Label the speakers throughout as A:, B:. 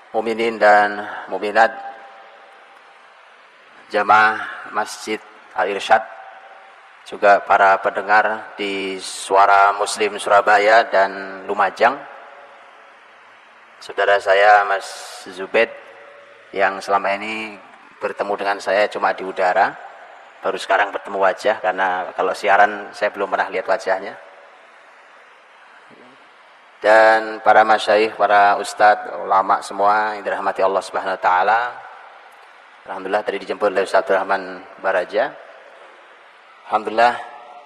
A: mukminin dan mukminat jamaah Masjid Al-Irsyad, juga para pendengar di Suara Muslim Surabaya dan Lumajang. Saudara saya Mas Zubaid yang selama ini bertemu dengan saya cuma di udara, baru sekarang bertemu wajah, karena kalau siaran saya belum pernah lihat wajahnya. Dan para masyayikh, para ustadz, ulama semua yang dirahmati Allah Subhanahu wa taala. Alhamdulillah tadi dijemput oleh Ustaz Rahman Baraja. Alhamdulillah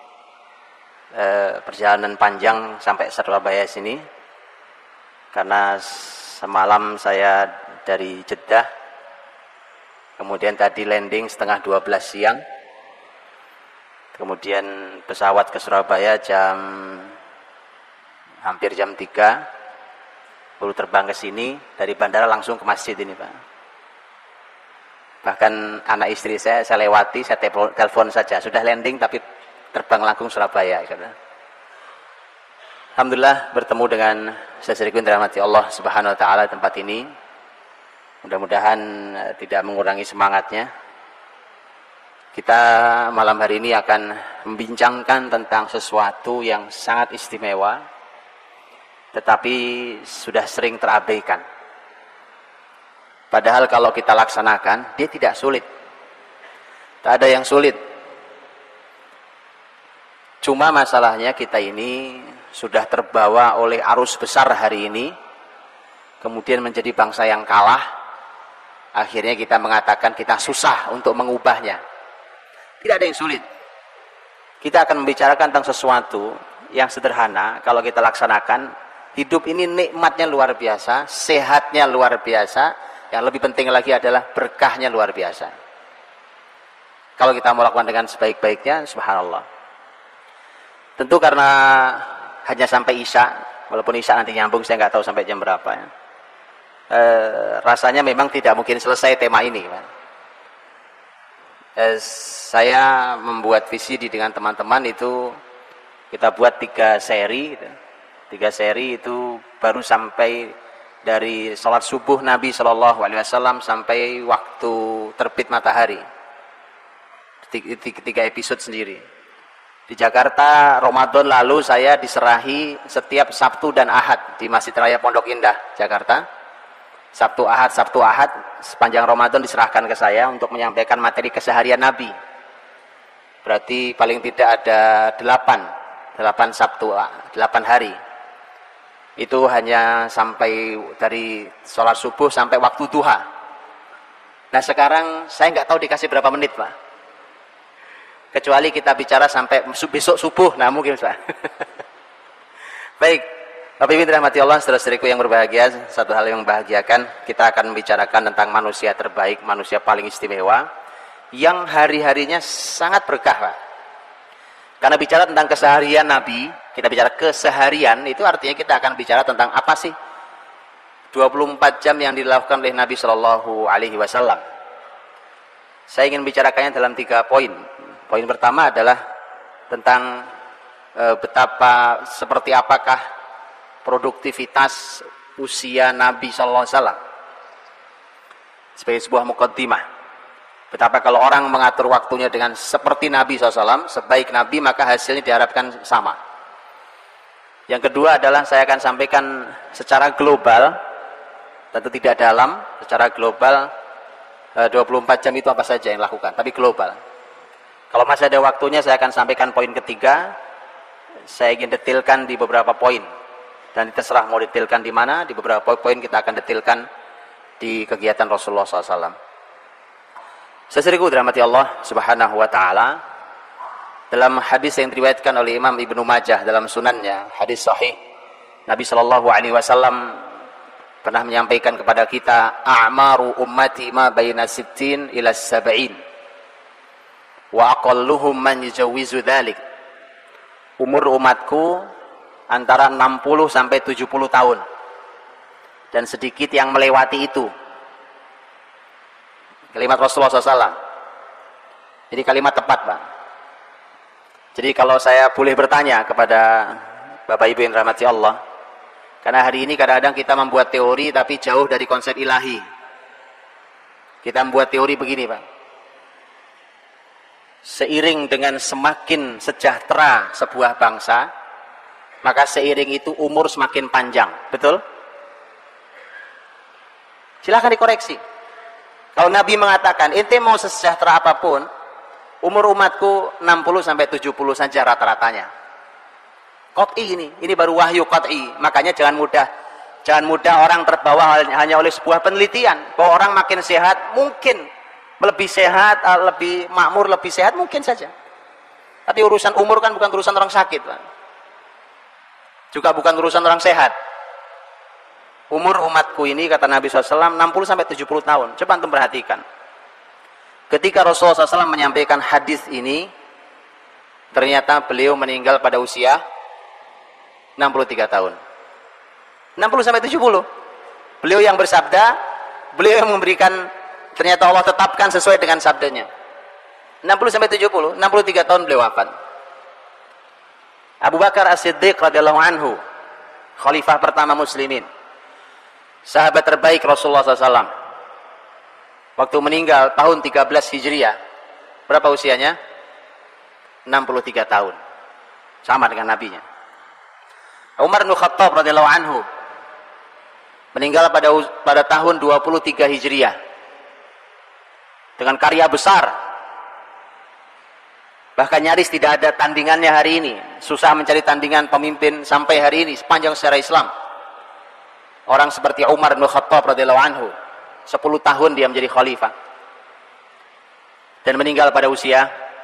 A: perjalanan panjang sampai Surabaya sini, karena semalam saya dari Jeddah, kemudian tadi landing setengah 12 siang, kemudian pesawat ke Surabaya hampir jam 3, baru terbang ke sini, dari bandara langsung ke masjid ini, Pak. Bahkan anak istri saya lewati, saya telepon saja, sudah landing tapi terbang langsung Surabaya. Alhamdulillah bertemu dengan saudaraku yang dirahmati Allah Subhanahu wa taala di tempat ini. Mudah-mudahan tidak mengurangi semangatnya. Kita malam hari ini akan membincangkan tentang sesuatu yang sangat istimewa, tetapi sudah sering terabaikan. Padahal kalau kita laksanakan, dia tidak sulit. Tak ada yang sulit. Cuma masalahnya kita ini sudah terbawa oleh arus besar hari ini, kemudian menjadi bangsa yang kalah. Akhirnya kita mengatakan kita susah untuk mengubahnya. Tidak ada yang sulit. Kita akan membicarakan tentang sesuatu yang sederhana. Kalau kita laksanakan, hidup ini nikmatnya luar biasa, sehatnya luar biasa, yang lebih penting lagi adalah berkahnya luar biasa. Kalau kita mau lakukan dengan sebaik-baiknya, subhanallah. Tentu karena hanya sampai Isya, walaupun Isya nanti nyambung, saya nggak tahu sampai jam berapa ya. Rasanya memang tidak mungkin selesai tema ini, Pak. Saya membuat VCD dengan teman-teman itu, kita buat 3 seri gitu. 3 seri itu baru sampai dari sholat subuh Nabi Shallallahu Alaihi Wasallam sampai waktu terbit matahari. 3 episode sendiri. Di Jakarta Ramadan lalu saya diserahi setiap Sabtu dan Ahad di Masjid Raya Pondok Indah, Jakarta. Sabtu Ahad sepanjang Ramadan diserahkan ke saya untuk menyampaikan materi keseharian Nabi. Berarti paling tidak ada 8 Sabtu, 8 hari. Itu hanya sampai dari sholat subuh sampai waktu duha. Nah sekarang saya nggak tahu dikasih berapa menit, Pak. Kecuali kita bicara sampai besok subuh, nah mungkin, Pak. Baik, Bapak Ibu dirahmati Allah, saudara-saudariku yang berbahagia, satu hal yang membahagiakan, kita akan membicarakan tentang manusia terbaik, manusia paling istimewa, yang hari-harinya sangat berkah, Pak. Karena bicara tentang keseharian Nabi, kita bicara keseharian, itu artinya kita akan bicara tentang apa sih 24 jam yang dilakukan oleh Nabi Shallallahu Alaihi Wasallam. Saya ingin bicarakannya dalam 3 poin. Poin pertama adalah tentang betapa, seperti apakah produktivitas usia Nabi Shallallahu Alaihi Wasallam sebagai sebuah muqaddimah. Betapa kalau orang mengatur waktunya dengan seperti Nabi SAW, sebaik Nabi, maka hasilnya diharapkan sama. Yang kedua adalah saya akan sampaikan secara global, tentu tidak dalam, secara global 24 jam itu apa saja yang dilakukan, tapi global. Kalau masih ada waktunya saya akan sampaikan poin ketiga. Saya ingin detailkan di beberapa poin, dan terserah mau detailkan di mana. Di beberapa poin kita akan detailkan di kegiatan Rasulullah SAW. Saudaraku dirahmati Allah Subhanahu wa taala, dalam hadis yang diriwayatkan oleh Imam Ibnu Majah dalam sunannya, hadis sahih, Nabi Shallallahu Alaihi Wasallam pernah menyampaikan kepada kita, a'maru ummati ma baina 60 ila 70 wa aqalluhum man yujawizu dzalik. Umur umatku antara 60 sampai 70 tahun, dan sedikit yang melewati itu. Kalimat Rasulullah SAW. Jadi kalimat tepat, Pak. Jadi kalau saya boleh bertanya kepada Bapak Ibu yang dirahmati Allah, Karena hari ini kadang-kadang kita membuat teori tapi jauh dari konsep ilahi. Kita membuat teori begini, Pak. Seiring dengan semakin sejahtera sebuah bangsa, maka seiring itu umur semakin panjang. Betul? Silahkan dikoreksi. Kalau Nabi mengatakan, ente mau sejahtera apapun, umur umatku 60-70 saja rata-ratanya. Qat'i ini baru wahyu qat'i. Makanya jangan mudah orang terbawa hanya oleh sebuah penelitian bahwa orang makin sehat, mungkin lebih sehat, lebih makmur, lebih sehat, mungkin saja. Tapi urusan umur kan bukan urusan orang sakit, Pak. Juga bukan urusan orang sehat. Umur umatku ini, kata Nabi SAW, 60-70 tahun. Coba antum perhatikan. Ketika Rasulullah SAW menyampaikan hadis ini, ternyata beliau meninggal pada usia 63 tahun. 60-70. Beliau yang bersabda, beliau yang memberikan, ternyata Allah tetapkan sesuai dengan sabdanya. 60-70, 63 tahun beliau wafat. Abu Bakar As-Siddiq radhiyallahu anhu, khalifah pertama muslimin, sahabat terbaik Rasulullah SAW. Waktu meninggal tahun 13 Hijriah, berapa usianya? 63 tahun. Sama dengan nabinya. Umar bin Khattab radhiyallahu anhu meninggal pada tahun 23 Hijriah dengan karya besar. Bahkan nyaris tidak ada tandingannya hari ini. Susah mencari tandingan pemimpin sampai hari ini sepanjang sejarah Islam. Orang seperti Umar bin Khattab radhiyallahu anhu, 10 tahun dia menjadi khalifah dan meninggal pada usia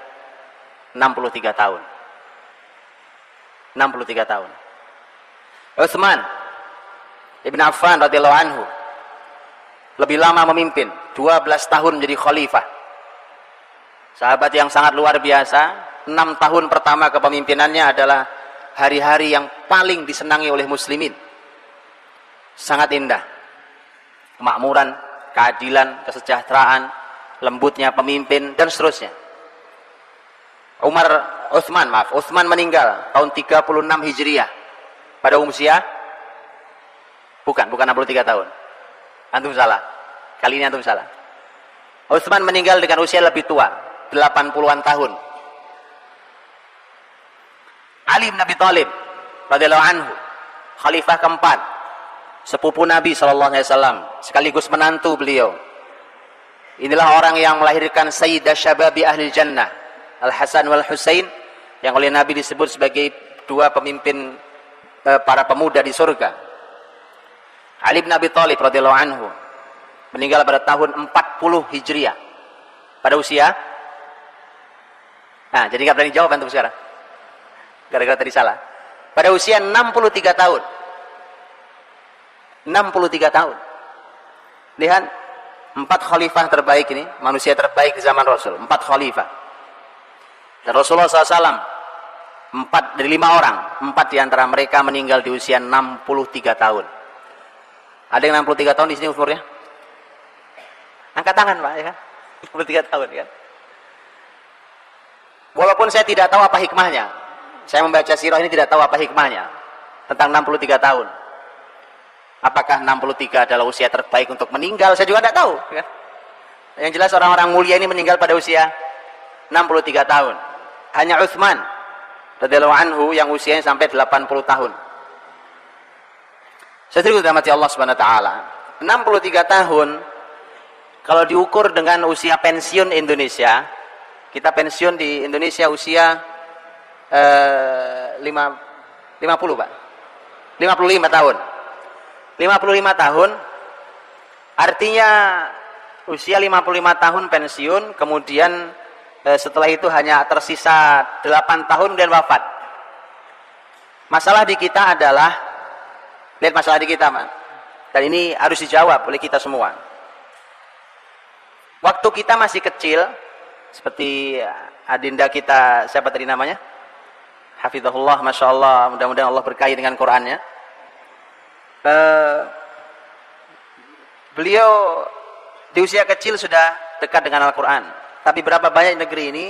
A: 63 tahun. 63 tahun. Utsman Ibn Affan radhiyallahu anhu lebih lama memimpin, 12 tahun menjadi khalifah. Sahabat yang sangat luar biasa. 6 tahun pertama kepemimpinannya adalah hari-hari yang paling disenangi oleh muslimin. Sangat indah. Kemakmuran, keadilan, kesejahteraan, lembutnya pemimpin, dan seterusnya. Utsman meninggal tahun 36 Hijriah pada usia bukan 63 tahun. Antum salah. Kali ini antum salah. Utsman meninggal dengan usia lebih tua, 80-an tahun. Ali bin Abi Thalib radhiyallahu anhu, khalifah keempat, sepupu Nabi SAW, sekaligus menantu beliau. Inilah orang yang melahirkan Sayyidah Syababi Ahli Jannah, Al-Hasan wal Husain, yang oleh Nabi disebut sebagai dua pemimpin para pemuda di surga. Ali bin Abi Thalib radhiyallahu anhu meninggal pada tahun 40 Hijriah pada usia, nah jadi nggak berani jawab antum sekarang gara-gara tadi salah, pada usia 63 tahun. 63 tahun. Lihat, 4 khalifah terbaik ini, manusia terbaik di zaman Rasul, 4 khalifah. Dan Rasulullah SAW 4 dari 5 orang, 4 diantara mereka meninggal di usia 63 tahun. Ada yang 63 tahun di sini umurnya? Angkat tangan, Pak, ya kan? 63 tahun, kan? Walaupun saya tidak tahu apa hikmahnya, saya membaca sirah ini tidak tahu apa hikmahnya tentang 63 tahun. Apakah 63 adalah usia terbaik untuk meninggal? Saya juga tidak tahu, kan? Yang jelas orang-orang mulia ini meninggal pada usia 63 tahun. Hanya Utsman radhiyallahu anhu yang usianya sampai 80 tahun. Saudara dirahmati Allah Subhanahu wa taala, 63 tahun kalau diukur dengan usia pensiun Indonesia, kita pensiun di Indonesia usia 50, Pak. 55 tahun. 55 tahun artinya usia 55 tahun pensiun, kemudian setelah itu hanya tersisa 8 tahun dan wafat. Masalah di kita adalah, lihat masalah di kita, Mas. Dan ini harus dijawab oleh kita semua. Waktu kita masih kecil, seperti adinda kita, siapa tadi namanya? Hafizahullah, Masya Allah, mudah-mudahan Allah berkahi dengan Qur'annya. Beliau di usia kecil sudah dekat dengan Al-Quran. Tapi berapa banyak negeri ini,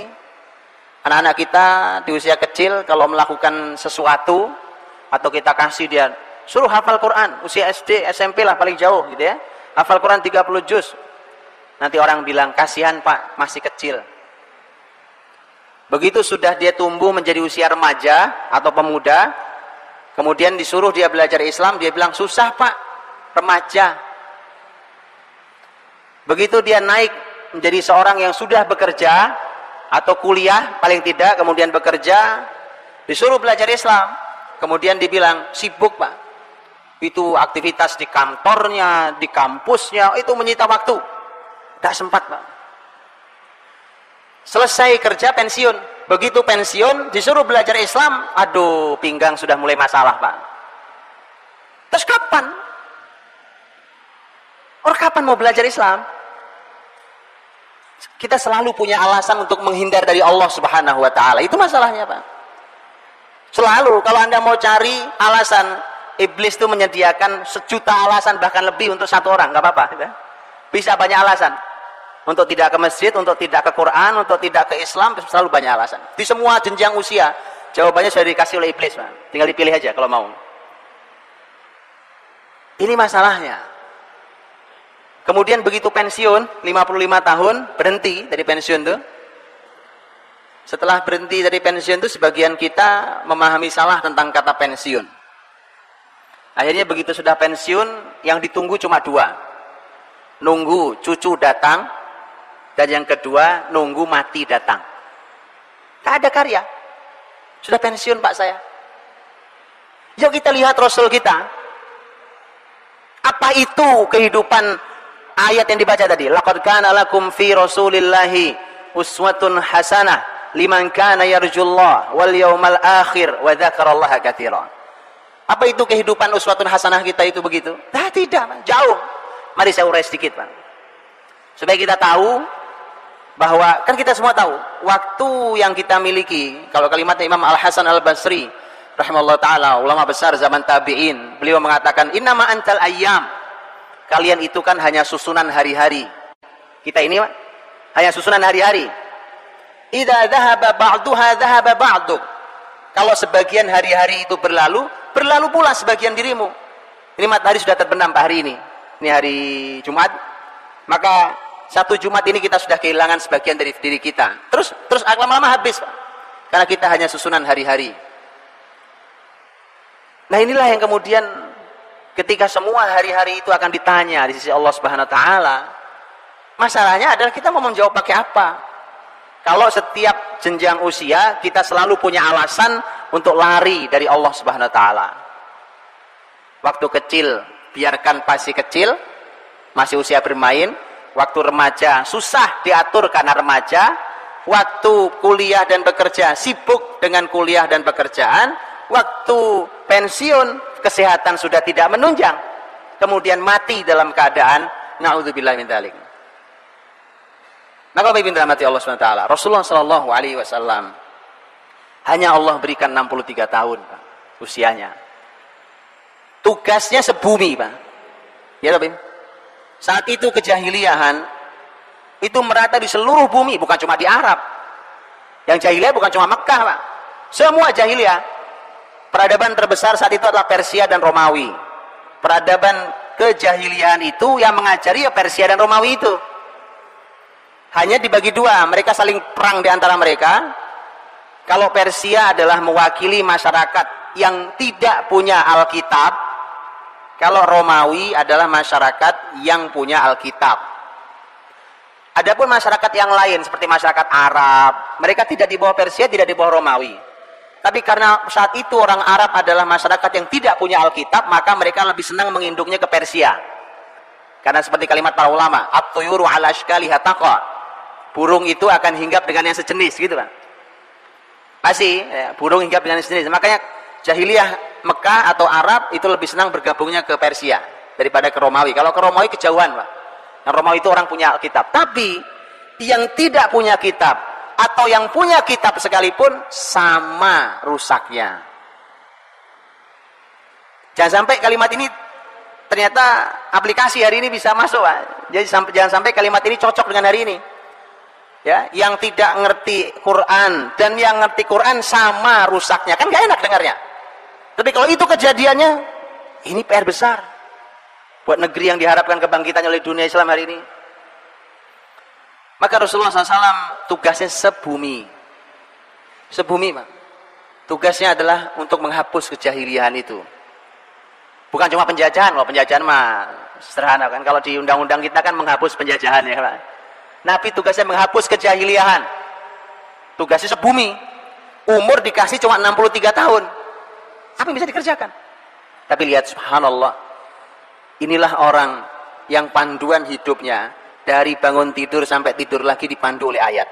A: anak-anak kita di usia kecil, kalau melakukan sesuatu, atau kita kasih dia Suruh hafal Quran, usia SD, SMP lah paling jauh gitu ya. Hafal Quran 30 juz. Nanti orang bilang, kasihan Pak, masih kecil. Begitu sudah dia tumbuh menjadi usia remaja atau pemuda, kemudian disuruh dia belajar Islam, dia bilang, susah Pak, remaja. Begitu dia naik menjadi seorang yang sudah bekerja atau kuliah paling tidak, kemudian bekerja, disuruh belajar Islam, kemudian dibilang sibuk Pak, itu aktivitas di kantornya, di kampusnya, itu menyita waktu, tidak sempat Pak. Selesai kerja pensiun, begitu pensiun disuruh belajar Islam, aduh pinggang sudah mulai masalah Pak. Terus kapan? Orang kapan mau belajar Islam? Kita selalu punya alasan untuk menghindar dari Allah Subhanahu wa ta'ala. Itu masalahnya Pak. Selalu kalau Anda mau cari alasan, iblis itu menyediakan sejuta alasan bahkan lebih untuk satu orang, nggak apa-apa. Bisa banyak alasan. Untuk tidak ke masjid, untuk tidak ke Quran, untuk tidak ke Islam, selalu banyak alasan. Di semua jenjang usia, jawabannya sudah dikasih oleh iblis Pak. Tinggal dipilih aja kalau mau. Ini masalahnya. Kemudian begitu pensiun, 55 tahun, berhenti dari pensiun itu. Setelah berhenti dari pensiun itu, sebagian kita memahami salah tentang kata pensiun. Akhirnya begitu sudah pensiun, yang ditunggu cuma dua. Nunggu cucu datang, dan yang kedua, nunggu mati datang. Tak ada karya. Sudah pensiun Pak saya. Yuk kita lihat Rasul kita. Apa itu kehidupan ayat yang dibaca tadi? Laqad kana lakum fi Rasulillahi uswatun hasanah liman kana yarjullah wal yawmal akhir wa dzakarallaha katsiran. Apa itu kehidupan uswatun hasanah kita itu begitu? Nah, tidak, Pak. Jauh. Mari saya urai sedikit, Pak. Supaya kita tahu bahwa kan kita semua tahu waktu yang kita miliki. Kalau kalimatnya Imam Al-Hasan Al-Basri rahimahullah taala, ulama besar zaman tabi'in, beliau mengatakan innama antal ayyam. Kalian itu kan hanya susunan hari-hari. Kita ini Pak, hanya susunan hari-hari. Idza dhahaba ba'duha dhahaba ba'duk. Kalau sebagian hari-hari itu berlalu, berlalu pula sebagian dirimu. Ini matahari sudah terbenam Pak hari ini. Ini hari Jumat. Maka satu Jumat ini kita sudah kehilangan sebagian dari diri kita. Terus lama-lama habis Pak. Karena kita hanya susunan hari-hari. Nah, inilah yang kemudian ketika semua hari-hari itu akan ditanya di sisi Allah Subhanahu wa taala, masalahnya adalah kita mau menjawab pakai apa? Kalau setiap jenjang usia kita selalu punya alasan untuk lari dari Allah Subhanahu wa taala. Waktu kecil biarkan masih kecil, masih usia bermain. Waktu remaja susah diatur karena remaja. Waktu kuliah dan bekerja sibuk dengan kuliah dan pekerjaan. Waktu pensiun kesehatan sudah tidak menunjang, kemudian mati dalam keadaan na'udzubillah min dzalik. Maka Bapak dirahmati Allah Subhanahu wa taala, Rasulullah sallallahu alaihi wasallam hanya Allah berikan 63 tahun Pak, usianya. Tugasnya sebumi Pak. Ya Bapak. Saat itu kejahiliahan itu merata di seluruh bumi, bukan cuma di Arab. Yang jahiliyah bukan cuma Mekah Pak. Semua jahiliyah. Peradaban terbesar saat itu adalah Persia dan Romawi. Peradaban kejahiliahan itu yang mengajari ya Persia dan Romawi itu. Hanya dibagi dua, mereka saling perang di antara mereka. Kalau Persia adalah mewakili masyarakat yang tidak punya Alkitab, kalau Romawi adalah masyarakat yang punya Alkitab. Adapun masyarakat yang lain seperti masyarakat Arab, mereka tidak di bawah Persia, tidak di bawah Romawi. Tapi karena saat itu orang Arab adalah masyarakat yang tidak punya Alkitab, maka mereka lebih senang menginduknya ke Persia. Karena seperti kalimat para ulama, at-tuyuru 'ala ashkaliha taqa. Burung itu akan hinggap dengan yang sejenis, gitu kan. Pasti ya, burung hinggap dengan yang sejenis. Makanya jahiliyah Mekah atau Arab itu lebih senang bergabungnya ke Persia daripada ke Romawi. Kalau ke Romawi kejauhan, Pak. Yang Romawi itu orang punya Alkitab. Tapi yang tidak punya kitab atau yang punya kitab sekalipun sama rusaknya. Jangan sampai kalimat ini ternyata aplikasi hari ini bisa masuk Pak. Jadi jangan sampai kalimat ini cocok dengan hari ini. Ya, yang tidak ngerti Quran dan yang ngerti Quran sama rusaknya, kan gak enak dengarnya. Tapi kalau itu kejadiannya, Ini PR besar buat negeri yang diharapkan kebangkitannya oleh dunia Islam hari ini. Maka Rasulullah SAW tugasnya sebumi, Pak. Tugasnya adalah untuk menghapus kejahiliahan itu. Bukan cuma penjajahan, kalau penjajahan mah sederhana kan. Kalau di undang-undang kita kan menghapus penjajahan ya Pak. Nabi tugasnya menghapus kejahiliahan. Tugasnya sebumi. Umur dikasih cuma 63 tahun. Apa yang bisa dikerjakan? Tapi lihat subhanallah. Inilah orang yang panduan hidupnya dari bangun tidur sampai tidur lagi dipandu oleh ayat.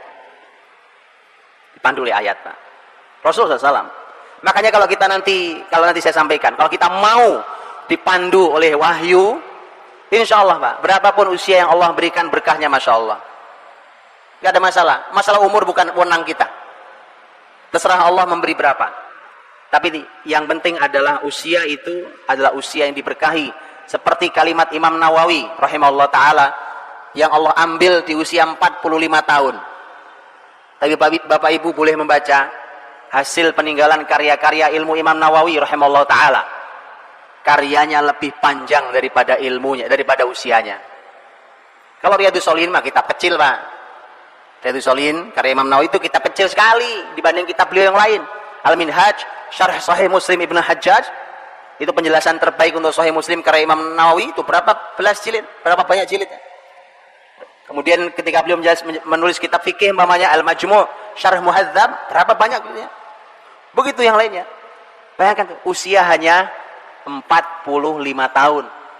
A: Dipandu oleh ayat, Pak. Rasulullah SAW. Makanya kalau nanti saya sampaikan, kalau kita mau dipandu oleh wahyu, insya Allah Pak, berapapun usia yang Allah berikan berkahnya, Masya Allah. Gak ada masalah. Masalah umur bukan wewenang kita. Terserah Allah memberi berapa. Tapi yang penting adalah usia itu adalah usia yang diberkahi. Seperti kalimat Imam Nawawi rahimahullah ta'ala, yang Allah ambil di usia 45 tahun. Tapi Bapak Ibu boleh membaca hasil peninggalan karya-karya ilmu Imam Nawawi rahimahullah ta'ala. Karyanya lebih panjang daripada ilmunya, daripada usianya. Kalau Riyadhus Shalihin mah kitab kecil Pak. Riyadhus Shalihin karya Imam Nawawi itu kitab kecil sekali dibanding kitab beliau yang lain. Al-Minhaj Syarh Sahih Muslim Ibnu Hajjaj, itu penjelasan terbaik untuk Sahih Muslim karya Imam Nawawi, itu berapa belas jilid, berapa banyak jilidnya. Kemudian ketika beliau menulis kitab fikih umpamanya Al-Majmu' Syarh Muhadzab, berapa banyak jilidnya. Begitu yang lainnya. Bayangkan tuh, usia hanya 45 tahun.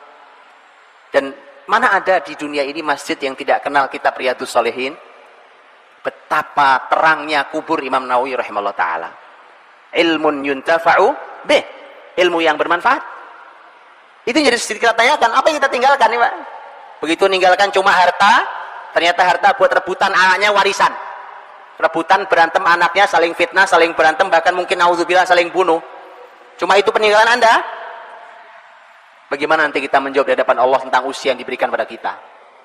A: Dan mana ada di dunia ini masjid yang tidak kenal kitab Riyadhus Shalihin? Betapa terangnya kubur Imam Nawawi rahimahullah ta'ala. Ilmun yuntafa'u bih. Ilmu yang bermanfaat. Itu jadi sedikit kita tanyakan, apa yang kita tinggalkan nih Pak? Begitu ninggalkan cuma harta, ternyata harta buat rebutan anaknya warisan. Rebutan, berantem anaknya, saling fitnah, saling berantem, bahkan mungkin naudzubillah saling bunuh. Cuma itu peninggalan Anda? Bagaimana nanti kita menjawab di hadapan Allah tentang usia yang diberikan pada kita?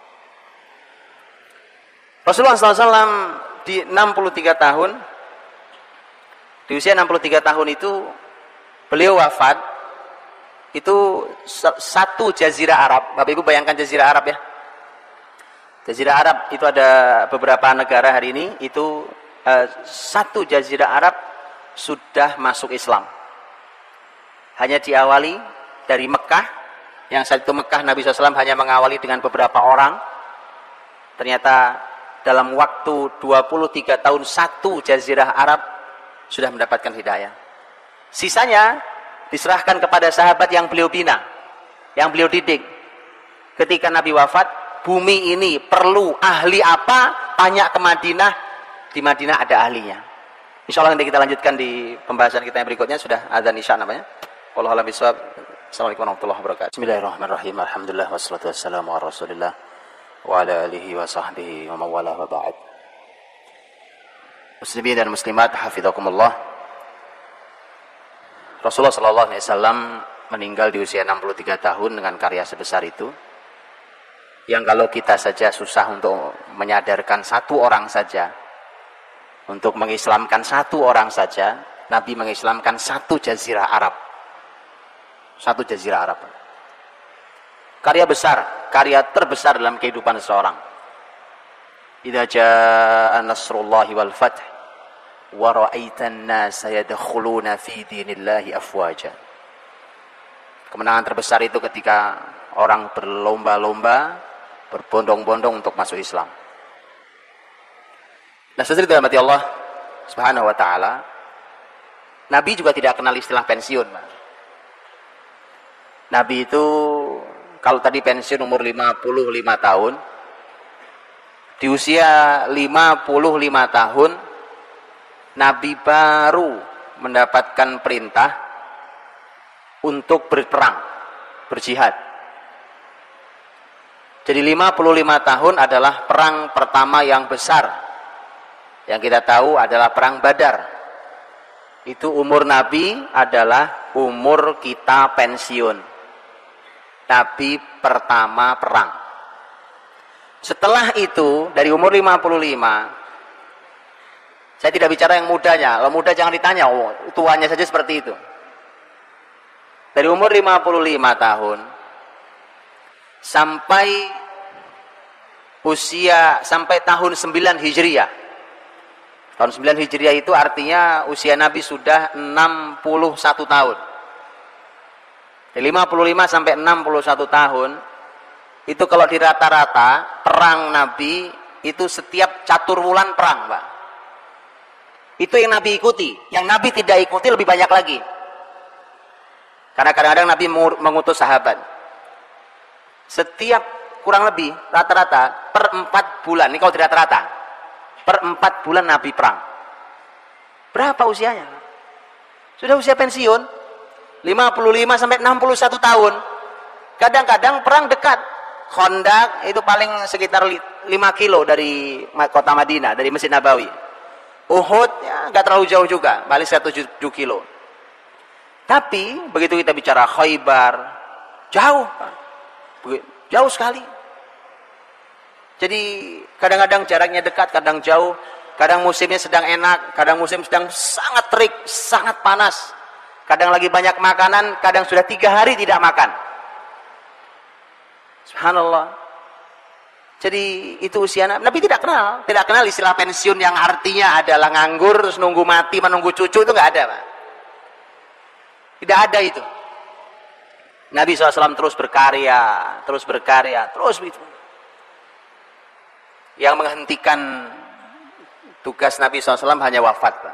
A: Rasulullah SAW di 63 tahun, di usia 63 tahun itu beliau wafat. Itu satu jazirah Arab. Bapak Ibu bayangkan jazirah Arab ya. Jazirah Arab itu ada beberapa negara hari ini, itu satu jazirah Arab sudah masuk Islam. Hanya diawali dari Mekah, yang saat itu Mekah Nabi SAW hanya mengawali dengan beberapa orang. Ternyata dalam waktu 23 tahun satu jazirah Arab sudah mendapatkan hidayah. Sisanya diserahkan kepada sahabat yang beliau bina, yang beliau didik. Ketika Nabi wafat, bumi ini perlu ahli apa? Tanya ke Madinah. Di Madinah ada ahlinya. Insya Allah nanti kita lanjutkan di pembahasan kita yang berikutnya. Sudah azan isya namanya. Wallahu a'lam bishawab. Assalamualaikum warahmatullahi wabarakatuh. Bismillahirrahmanirrahim. Alhamdulillah wassalatu wassalamu ala Rasulillah wa ala alihi wa sahbihi wa mawalah wa ba'd. Muslimin dan muslimat hafizakumullah. Rasulullah sallallahu alaihi wasallam meninggal di usia 63 tahun dengan karya sebesar itu. Yang kalau kita saja susah untuk menyadarkan satu orang saja, untuk mengislamkan satu orang saja, Nabi mengislamkan satu jazirah Arab. Satu jazirah Arab. Karya besar, karya terbesar dalam kehidupan seseorang. Idza jaa nasrullahi wal fath wa ra'aitan nasa yadkhuluna fi dinillahi afwaja. Kemenangan terbesar itu ketika orang berlomba-lomba, berbondong-bondong untuk masuk Islam. Nah, sesuai dalam hati Allah Subhanahu wa taala, Nabi juga tidak kenal istilah pensiun, Pak. Nabi itu kalau tadi pensiun umur 55 tahun, di usia 55 tahun Nabi baru mendapatkan perintah untuk berperang, berjihad. Jadi 55 tahun adalah perang pertama yang besar. Yang kita tahu adalah perang Badar. Itu umur Nabi adalah umur kita pensiun. Nabi pertama perang. Setelah itu dari umur 55, saya tidak bicara yang mudanya. Kalau muda jangan ditanya, oh, tuanya saja seperti itu. Dari umur 55 tahun sampai tahun 9 Hijriah. Tahun 9 Hijriah itu artinya usia Nabi sudah 61 tahun. Dari 55 sampai 61 tahun itu kalau di rata-rata perang Nabi itu setiap catur wulan perang, Pak. Itu yang Nabi ikuti. Yang Nabi tidak ikuti lebih banyak lagi. Karena kadang-kadang Nabi mengutus sahabat. Setiap kurang lebih rata-rata per 4 bulan, ini kalau tidak rata, per 4 bulan Nabi perang. Berapa usianya? Sudah usia pensiun, 55 sampai 61 tahun. Kadang-kadang perang dekat. Khandaq itu paling sekitar 5 kilo dari kota Madinah, dari Masjid Nabawi. Uhud ya nggak terlalu jauh juga, paling 7 kilo. Tapi begitu kita bicara Khaybar, jauh, jauh sekali. Jadi kadang-kadang jaraknya dekat, kadang jauh, kadang musimnya sedang enak, kadang musim sedang sangat terik, sangat panas. Kadang lagi banyak makanan, kadang sudah 3 hari tidak makan. Subhanallah. Jadi itu usia Nabi tidak kenal istilah pensiun yang artinya adalah nganggur terus nunggu mati menunggu cucu, itu nggak ada, Pak. Tidak ada itu. Nabi SAW terus berkarya, terus begitu. Yang menghentikan tugas Nabi SAW hanya wafat, Pak.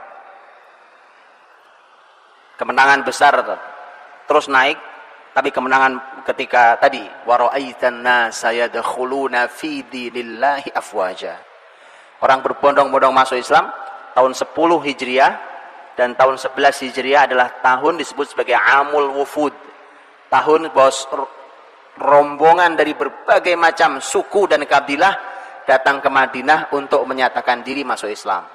A: Kemenangan besar terus naik, tapi kemenangan ketika tadi wara'aitan nasa yadkhuluna fi dinillahi afwaja. Orang berbondong-bondong masuk Islam tahun 10 Hijriah dan tahun 11 Hijriah adalah tahun disebut sebagai Amul Wufud. Tahun bos rombongan dari berbagai macam suku dan kabilah datang ke Madinah untuk menyatakan diri masuk Islam.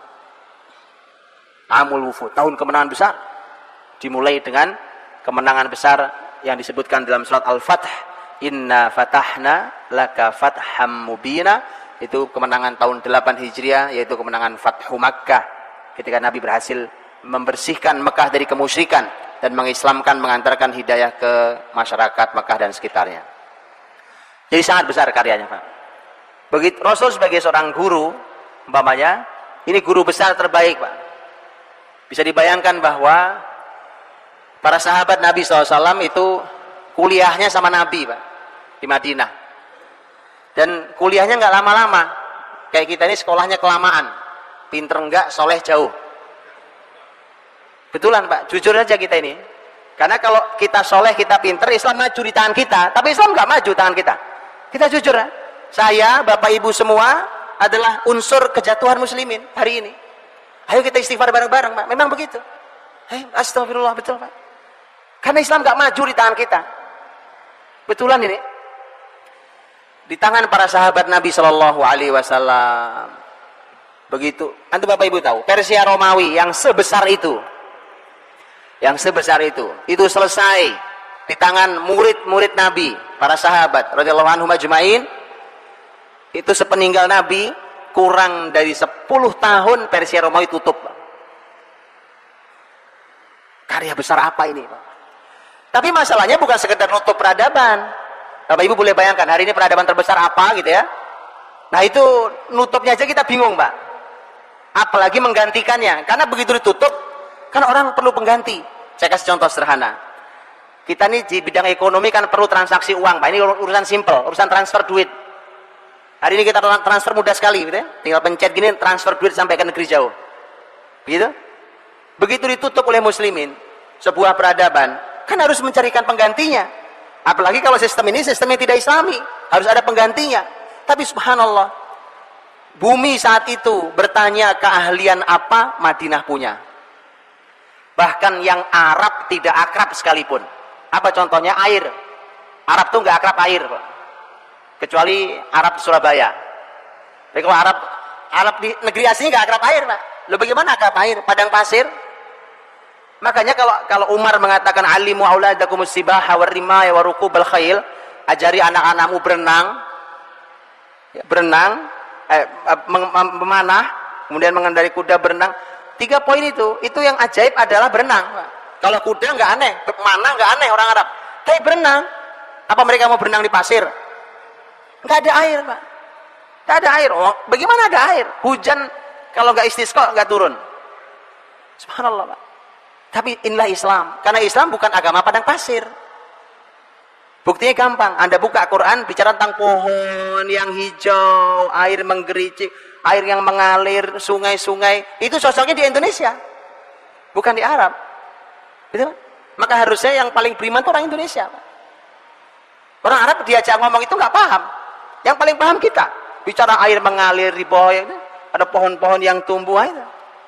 A: Amul Wufud, tahun kemenangan besar. Dimulai dengan kemenangan besar yang disebutkan dalam surat Al-Fath, inna fatahna laka fatham mubina. Itu kemenangan tahun 8 Hijriah, yaitu kemenangan Fathu Makkah, ketika Nabi berhasil membersihkan Mekah dari kemusyrikan dan mengislamkan, mengantarkan hidayah ke masyarakat Mekah dan sekitarnya. Jadi sangat besar karyanya, Pak. Begitu Rasul sebagai seorang guru, umpamanya ini guru besar terbaik, Pak. Bisa dibayangkan bahwa para sahabat Nabi SAW itu kuliahnya sama Nabi, Pak, di Madinah. Dan kuliahnya nggak lama-lama. Kayak kita ini sekolahnya kelamaan. Pinter enggak, soleh jauh. Betulan, Pak, jujur aja kita ini. Karena kalau kita soleh, kita pinter, Islam maju di tangan kita. Tapi Islam nggak maju tangan kita. Kita jujur ya. Saya, Bapak Ibu semua adalah unsur kejatuhan muslimin hari ini. Ayo kita istighfar bareng-bareng, Pak. Memang begitu. Astagfirullah, betul, Pak. Karena Islam nggak maju di tangan kita. Betulan ini. Di tangan para sahabat Nabi Shallallahu Alaihi Wasallam. Begitu. Antum Bapak Ibu tahu, Persia Romawi yang sebesar itu, itu selesai di tangan murid-murid Nabi, para sahabat radhiyallahu anhum ajmain. Itu sepeninggal Nabi, kurang dari 10 tahun Persia Romawi tutup. Karya besar apa ini, Pak? Tapi masalahnya bukan sekedar nutup peradaban. Bapak Ibu boleh bayangkan hari ini peradaban terbesar apa gitu ya. Nah itu nutupnya aja kita bingung, Pak. Apalagi menggantikannya. Karena begitu ditutup, kan orang perlu pengganti. Saya kasih contoh sederhana. Kita nih di bidang ekonomi kan perlu transaksi uang, Pak. Ini urusan simple, urusan transfer duit. Hari ini kita transfer mudah sekali gitu ya. Tinggal pencet gini, transfer duit sampai ke negeri jauh. Begitu? Begitu ditutup oleh muslimin sebuah peradaban, kan harus mencarikan penggantinya. Apalagi kalau sistem ini sistem yang tidak islami, harus ada penggantinya. Tapi subhanallah, bumi saat itu bertanya keahlian apa Madinah punya. Bahkan yang Arab tidak akrab sekalipun. Apa contohnya? Air. Arab tuh nggak akrab air, Pak. Kecuali Arab di Surabaya. Tapi kalau Arab di negeri asli nggak akrab air, Pak. Lalu bagaimana akrab air? Padang pasir. Makanya kalau Umar mengatakan alimu auladakumus sibaha warrimaya warukubal khail, ajari anak-anakmu berenang, memanah, kemudian mengendarai kuda berenang. 3 poin itu yang ajaib adalah berenang, Pak. Kalau kuda nggak aneh, mana nggak aneh orang Arab. Tapi berenang, apa mereka mau berenang di pasir? Nggak ada air, Pak. Nggak ada air. Oh, bagaimana ada air? Hujan kalau nggak istisqa nggak turun. Subhanallah, Pak. Tapi inilah Islam. Karena Islam bukan agama padang pasir. Buktinya gampang. Anda buka Quran bicara tentang pohon yang hijau, air menggericik, air yang mengalir, sungai-sungai. Itu sosoknya di Indonesia, bukan di Arab. Betul? Maka harusnya yang paling beriman itu orang Indonesia, Pak. Orang Arab diajak ngomong itu nggak paham. Yang paling paham kita. Bicara air mengalir di bawah itu, ada pohon-pohon yang tumbuh itu.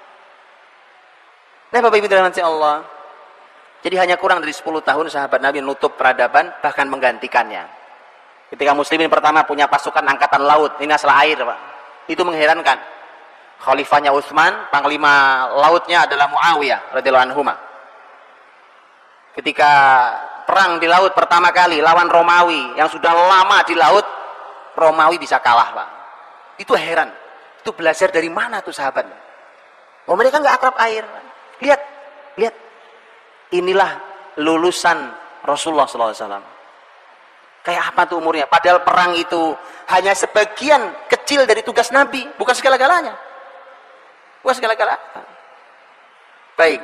A: Nah, Bapak Ibu dirahmati Allah. Jadi hanya kurang dari 10 tahun sahabat Nabi menutup peradaban, bahkan menggantikannya. Ketika muslimin pertama punya pasukan angkatan laut, ini asal air, Pak. Itu mengherankan. Khalifahnya Utsman, panglima lautnya adalah Muawiyah radhiyallahu anhu. Ketika perang di laut pertama kali lawan Romawi yang sudah lama di laut, Romawi bisa kalah, Pak. Itu heran. Itu belajar dari mana tuh sahabat? Oh, mereka nggak akrab air. Lihat, lihat. Inilah lulusan Rasulullah SAW. Kayak apa tuh umurnya? Padahal perang itu hanya sebagian kecil dari tugas Nabi, bukan segala-galanya. Bukan segala-galanya. Baik.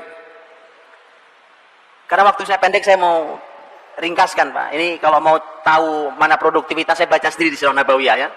A: Karena waktu saya pendek, saya mau ringkaskan, Pak. Ini kalau mau tahu mana produktivitas, saya baca sendiri di Sirah Nabawiyah, ya.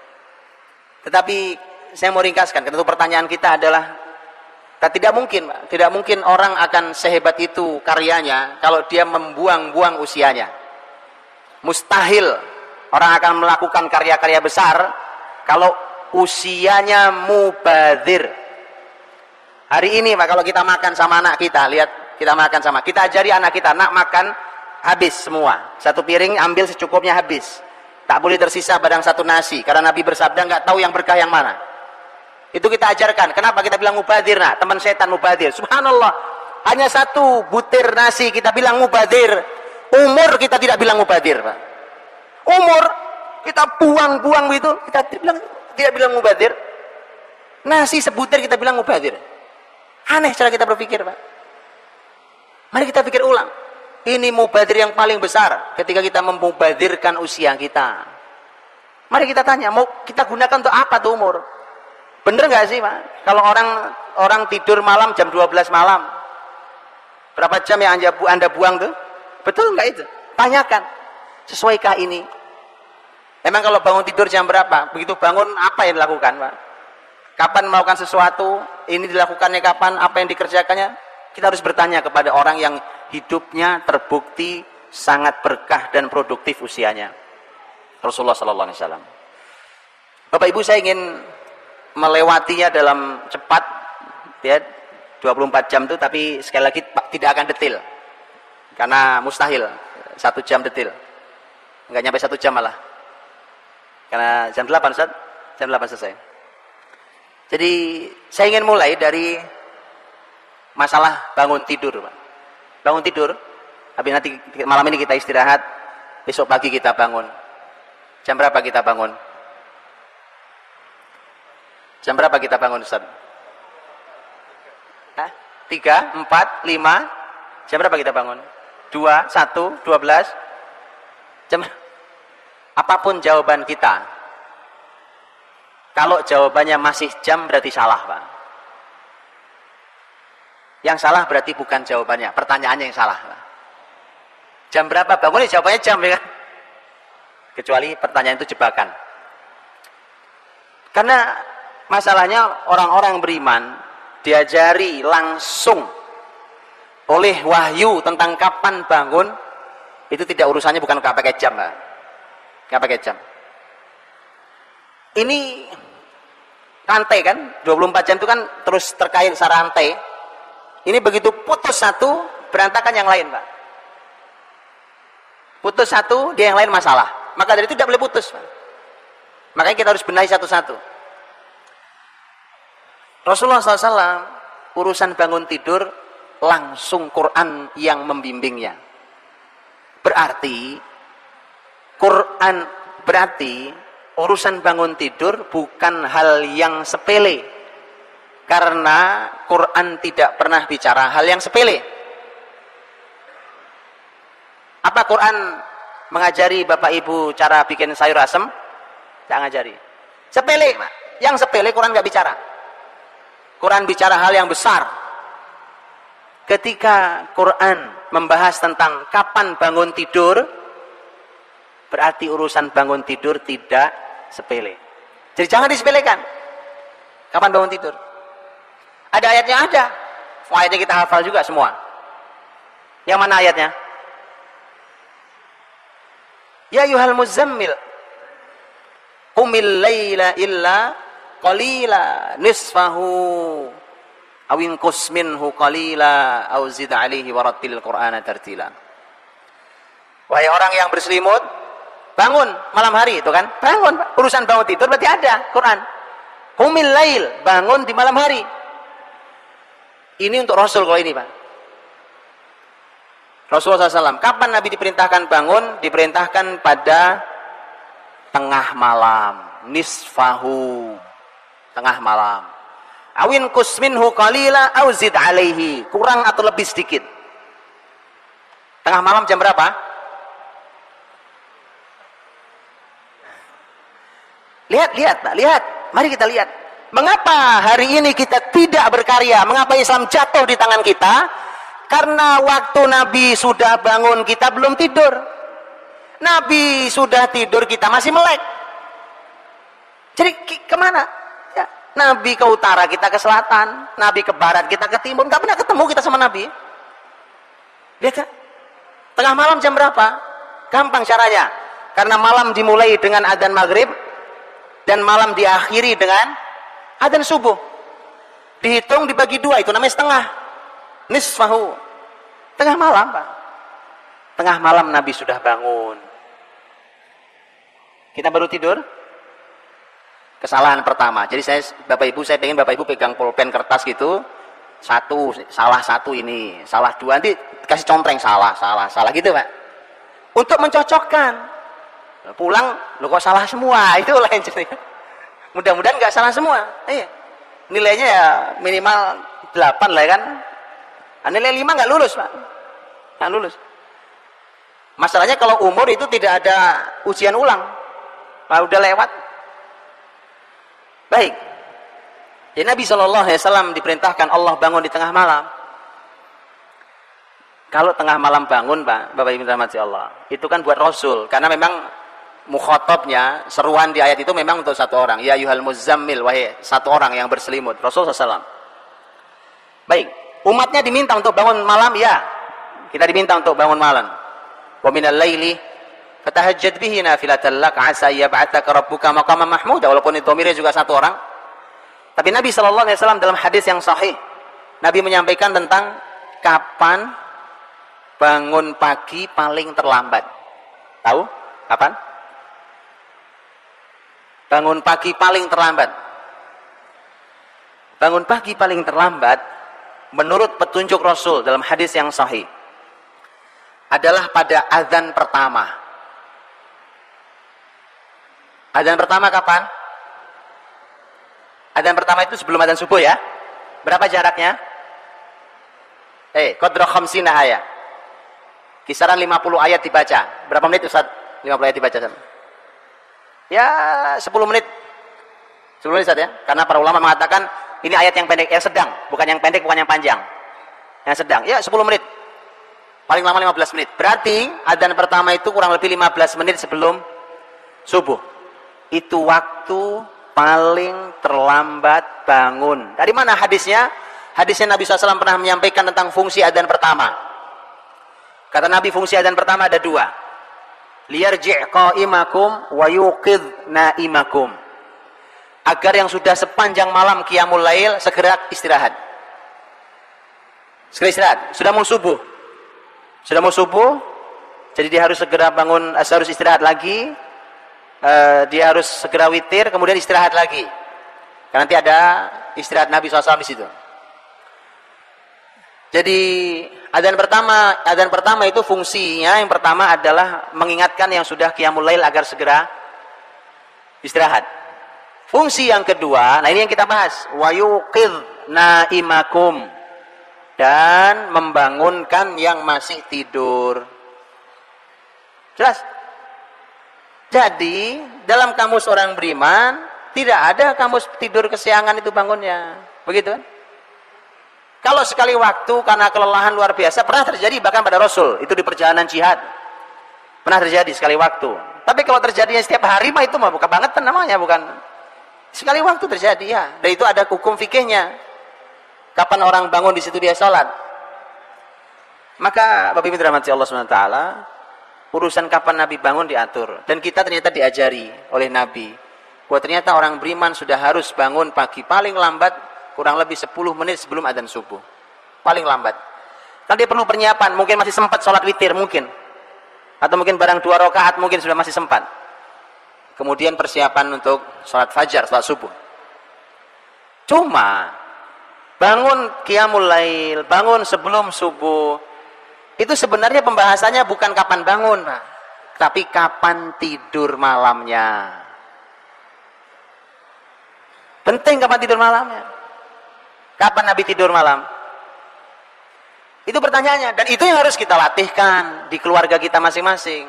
A: Tetapi saya mau ringkaskan, karena itu pertanyaan kita adalah, tidak mungkin, Pak. Tidak mungkin orang akan sehebat itu karyanya kalau dia membuang-buang usianya. Mustahil orang akan melakukan karya-karya besar kalau usianya mubadzir. Hari ini, Pak, kalau kita makan sama anak kita, lihat, kita makan sama, kita ajari anak kita, nak makan habis semua. Satu piring ambil secukupnya habis. Tak boleh tersisa badang satu nasi, karena Nabi bersabda nggak tahu yang berkah yang mana. Itu kita ajarkan. Kenapa kita bilang mubadir? Nah, teman setan mubadir. Subhanallah. Hanya satu butir nasi kita bilang mubadir. Umur kita tidak bilang mubadir, Pak. Umur kita buang-buang begitu, kita tidak bilang mubadir. Nasi sebutir kita bilang mubadir. Aneh cara kita berpikir, Pak. Mari kita pikir ulang. Ini mubadir yang paling besar ketika kita memubadirkan usia kita. Mari kita tanya, mau kita gunakan untuk apa tuh umur? Bener nggak sih, Pak? Kalau orang tidur malam jam 12 malam, berapa jam yang anda buang tuh? Betul nggak itu? Tanyakan. Sesuaikah ini? Emang kalau bangun tidur jam berapa? Begitu bangun, apa yang dilakukan, Pak? Kapan melakukan sesuatu? Ini dilakukannya kapan? Apa yang dikerjakannya? Kita harus bertanya kepada orang yang hidupnya terbukti sangat berkah dan produktif usianya. Rasulullah Sallallahu Alaihi Wasallam. Bapak Ibu, saya ingin melewatinya dalam cepat, ya, 24 jam itu, tapi sekali lagi tidak akan detail karena mustahil 1 jam detail, nggak nyampe 1 jam malah, karena jam 8 Ustaz, jam 8 selesai. Jadi saya ingin mulai dari masalah bangun tidur, Pak. Bangun tidur, habis nanti malam ini kita istirahat, besok pagi kita bangun. Jam berapa kita bangun? Jam berapa kita bangun, Ustaz? 3, 4, 5. Jam berapa kita bangun? 2, 1, 12. Jam. Apapun jawaban kita, kalau jawabannya masih jam, berarti salah, Pak. Yang salah berarti bukan jawabannya, pertanyaannya yang salah, Pak. Jam berapa bangun? Jawabannya jam, ya kan? Kecuali pertanyaan itu jebakan. Karena masalahnya orang-orang beriman diajari langsung oleh wahyu tentang kapan bangun, itu tidak, urusannya bukan nggak pakai jam, Pak. Nggak pakai jam. Ini rantai kan, 24 jam itu kan terus terkait secara rantai. Ini begitu putus satu, berantakan yang lain, Pak. Putus satu, dia yang lain masalah. Maka dari itu tidak boleh putus, Pak. Makanya kita harus benahi satu-satu. Rasulullah SAW urusan bangun tidur langsung Quran yang membimbingnya. Berarti urusan bangun tidur bukan hal yang sepele, karena Quran tidak pernah bicara hal yang sepele. Apa Quran mengajari Bapak Ibu cara bikin sayur asem? Tidak ngajari. Sepele, Pak. Yang sepele Quran nggak bicara. Quran bicara hal yang besar. Ketika Quran membahas tentang kapan bangun tidur, berarti urusan bangun tidur tidak sepele. Jadi jangan disepelekan. Kapan bangun tidur? Ada ayatnya, ada. Ayatnya kita hafal juga semua. Yang mana ayatnya? Ya ayyuhal muzammil qumil laila illa qalila nisfahu aw inqus minhu qalila aw zid alaihi warattil qur'ana tartila. Wahai orang yang berselimut, bangun malam hari, itu kan? Bangun, Pak. Urusan bangun tidur berarti ada Quran. Qumil lail, bangun di malam hari. Ini untuk Rasul kalau ini, Pak. Rasulullah SAW, kapan Nabi diperintahkan bangun? Diperintahkan pada tengah malam, nisfahu, tengah malam. Awin kusminhu qalila aw zid alaihi, kurang atau lebih sedikit. Tengah malam jam berapa? Lihat, Pak, lihat. Mari kita lihat. Mengapa hari ini kita tidak berkarya? Mengapa Islam jatuh di tangan kita? Karena waktu Nabi sudah bangun, kita belum tidur. Nabi sudah tidur, kita masih melek. Jadi kemana? Ya, Nabi ke utara, kita ke selatan. Nabi ke barat, kita ke timur. Gak pernah ketemu kita sama Nabi. Lihat kan? Tengah malam jam berapa? Gampang caranya. Karena malam dimulai dengan adzan maghrib, dan malam diakhiri dengan adzan subuh. Dihitung dibagi dua, itu namanya setengah. Nisfahu, tengah malam, Pak. Tengah malam Nabi sudah bangun. Kita baru tidur. Kesalahan pertama. Jadi Bapak Ibu, saya pengen Bapak Ibu pegang pulpen kertas gitu. Salah satu ini, salah dua, nanti kasih contreng salah gitu, Pak. Untuk mencocokkan. Pulang, lo kok salah semua, itu lain cerita. Mudah-mudahan nggak salah semua. Nilainya ya minimal 8 lah kan. Nilai 5 nggak lulus, Pak. Nggak lulus. Masalahnya kalau umur itu tidak ada ujian ulang. Kalau udah lewat. Baik. Jadi Nabi SAW diperintahkan Allah bangun di tengah malam. Kalau tengah malam bangun, Pak, Bapak Ibu rahmati Allah, itu kan buat Rasul. Karena memang mukhatabnya, seruan di ayat itu memang untuk satu orang. Ya ayyuhal muzammil, wahai satu orang yang berselimut. Rasul SAW. Baik. Umatnya diminta untuk bangun malam, ya. Kita diminta untuk bangun malam. Wa minal laili fatahajjad bihi nafilatan lak asa yab'atsaka rabbuka maqaman mahmuda. Walaupun itu dhamirnya juga satu orang. Tapi Nabi SAW dalam hadis yang sahih, Nabi menyampaikan tentang kapan bangun pagi paling terlambat. Tahu? Kapan? Bangun pagi paling terlambat. Bangun pagi paling terlambat menurut petunjuk Rasul dalam hadis yang sahih adalah pada azan pertama. Azan pertama kapan? Azan pertama itu sebelum azan subuh ya. Berapa jaraknya? Qadra khamsina ayat. Kisaran 50 ayat dibaca. Berapa menit Ustaz? 50 ayat dibaca. Ya 10 menit. 10 menit Ustaz ya. Karena para ulama mengatakan ini ayat yang pendek, yang sedang, bukan yang pendek, bukan yang panjang. Yang sedang, ya 10 menit. Paling lama 15 menit. Berarti adzan pertama itu kurang lebih 15 menit sebelum subuh. Itu waktu paling terlambat bangun. Dari mana hadisnya? Hadisnya Nabi SAW pernah menyampaikan tentang fungsi adzan pertama. Kata Nabi, fungsi adzan pertama ada 2. Liyarji' qa'imakum wa yuqidh na'imakum. Agar yang sudah sepanjang malam qiyamul lail segera istirahat. Segera istirahat. Sudah mau subuh. Jadi dia harus segera bangun, harus istirahat lagi. Dia harus segera witir, kemudian istirahat lagi. Karena nanti ada istirahat Nabi SAW di situ. Jadi adzan pertama itu fungsinya yang pertama adalah mengingatkan yang sudah qiyamul lail agar segera istirahat. Fungsi yang kedua, nah ini yang kita bahas, wa yuqidh naimakum, dan membangunkan yang masih tidur. Jelas? Jadi, dalam kamus orang beriman, tidak ada kamus tidur kesiangan itu bangunnya. Begitu kan? Kalau sekali waktu karena kelelahan luar biasa, pernah terjadi bahkan pada Rasul, itu di perjalanan jihad. Pernah terjadi sekali waktu. Tapi kalau terjadinya setiap hari mah itu mah bukan banget namanya, bukan. Sekali waktu terjadi ya. Dan itu ada hukum fikihnya. Kapan orang bangun di situ dia sholat. Maka Bapak Ibu dirahmati Allah SWT, urusan kapan Nabi bangun diatur. Dan kita ternyata diajari oleh Nabi bahwa ternyata orang beriman sudah harus bangun pagi paling lambat kurang lebih 10 menit sebelum adzan subuh. Paling lambat. Kan dia perlu persiapan, mungkin masih sempat sholat witir mungkin. Atau mungkin barang 2 rakaat mungkin sudah masih sempat. Kemudian persiapan untuk sholat fajar, sholat subuh. Cuma bangun qiyamul lail, bangun sebelum subuh, itu sebenarnya pembahasannya bukan kapan bangun, Pak, tapi kapan tidur malamnya. Penting kapan tidur malamnya. Kapan Nabi tidur malam? Itu pertanyaannya, dan itu yang harus kita latihkan di keluarga kita masing-masing.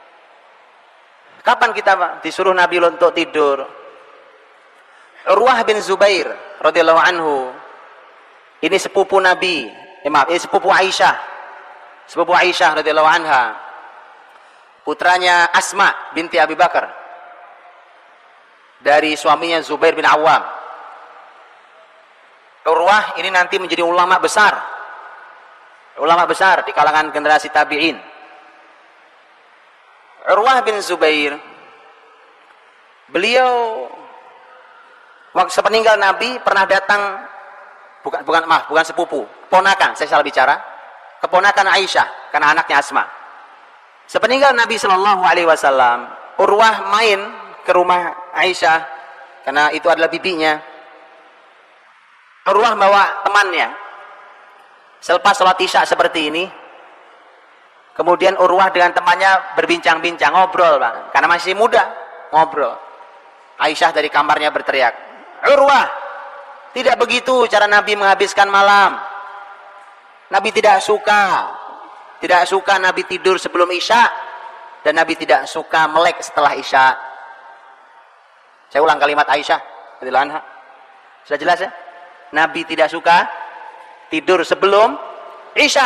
A: Kapan kita, Pak, disuruh Nabi untuk tidur? Urwah bin Zubair radhiyallahu anhu, ini sepupu Nabi, ini sepupu Aisyah. Sepupu Aisyah radhiyallahu anha. Putranya Asma binti Abi Bakar. Dari suaminya Zubair bin Awam. Urwah ini nanti menjadi ulama besar. Ulama besar di kalangan generasi tabi'in. Urwah bin Zubair, beliau waktu sepeninggal Nabi pernah datang, bukan sepupu, ponakan, saya salah bicara, keponakan Aisyah karena anaknya Asma. Sepeninggal Nabi Shallallahu Alaihi Wasallam, Urwah main ke rumah Aisyah karena itu adalah bibinya. Urwah bawa temannya. Selepas sholat isya seperti ini, kemudian Urwah dengan temannya berbincang-bincang, ngobrol, Pak, karena masih muda, ngobrol. Aisyah dari kamarnya berteriak, Urwah, tidak begitu cara Nabi menghabiskan malam. Nabi tidak suka Nabi tidur sebelum isya, dan Nabi tidak suka melek setelah isya. Saya ulang kalimat Aisyah radhiyallahu anha. Sudah jelas ya? Nabi tidak suka tidur sebelum isya.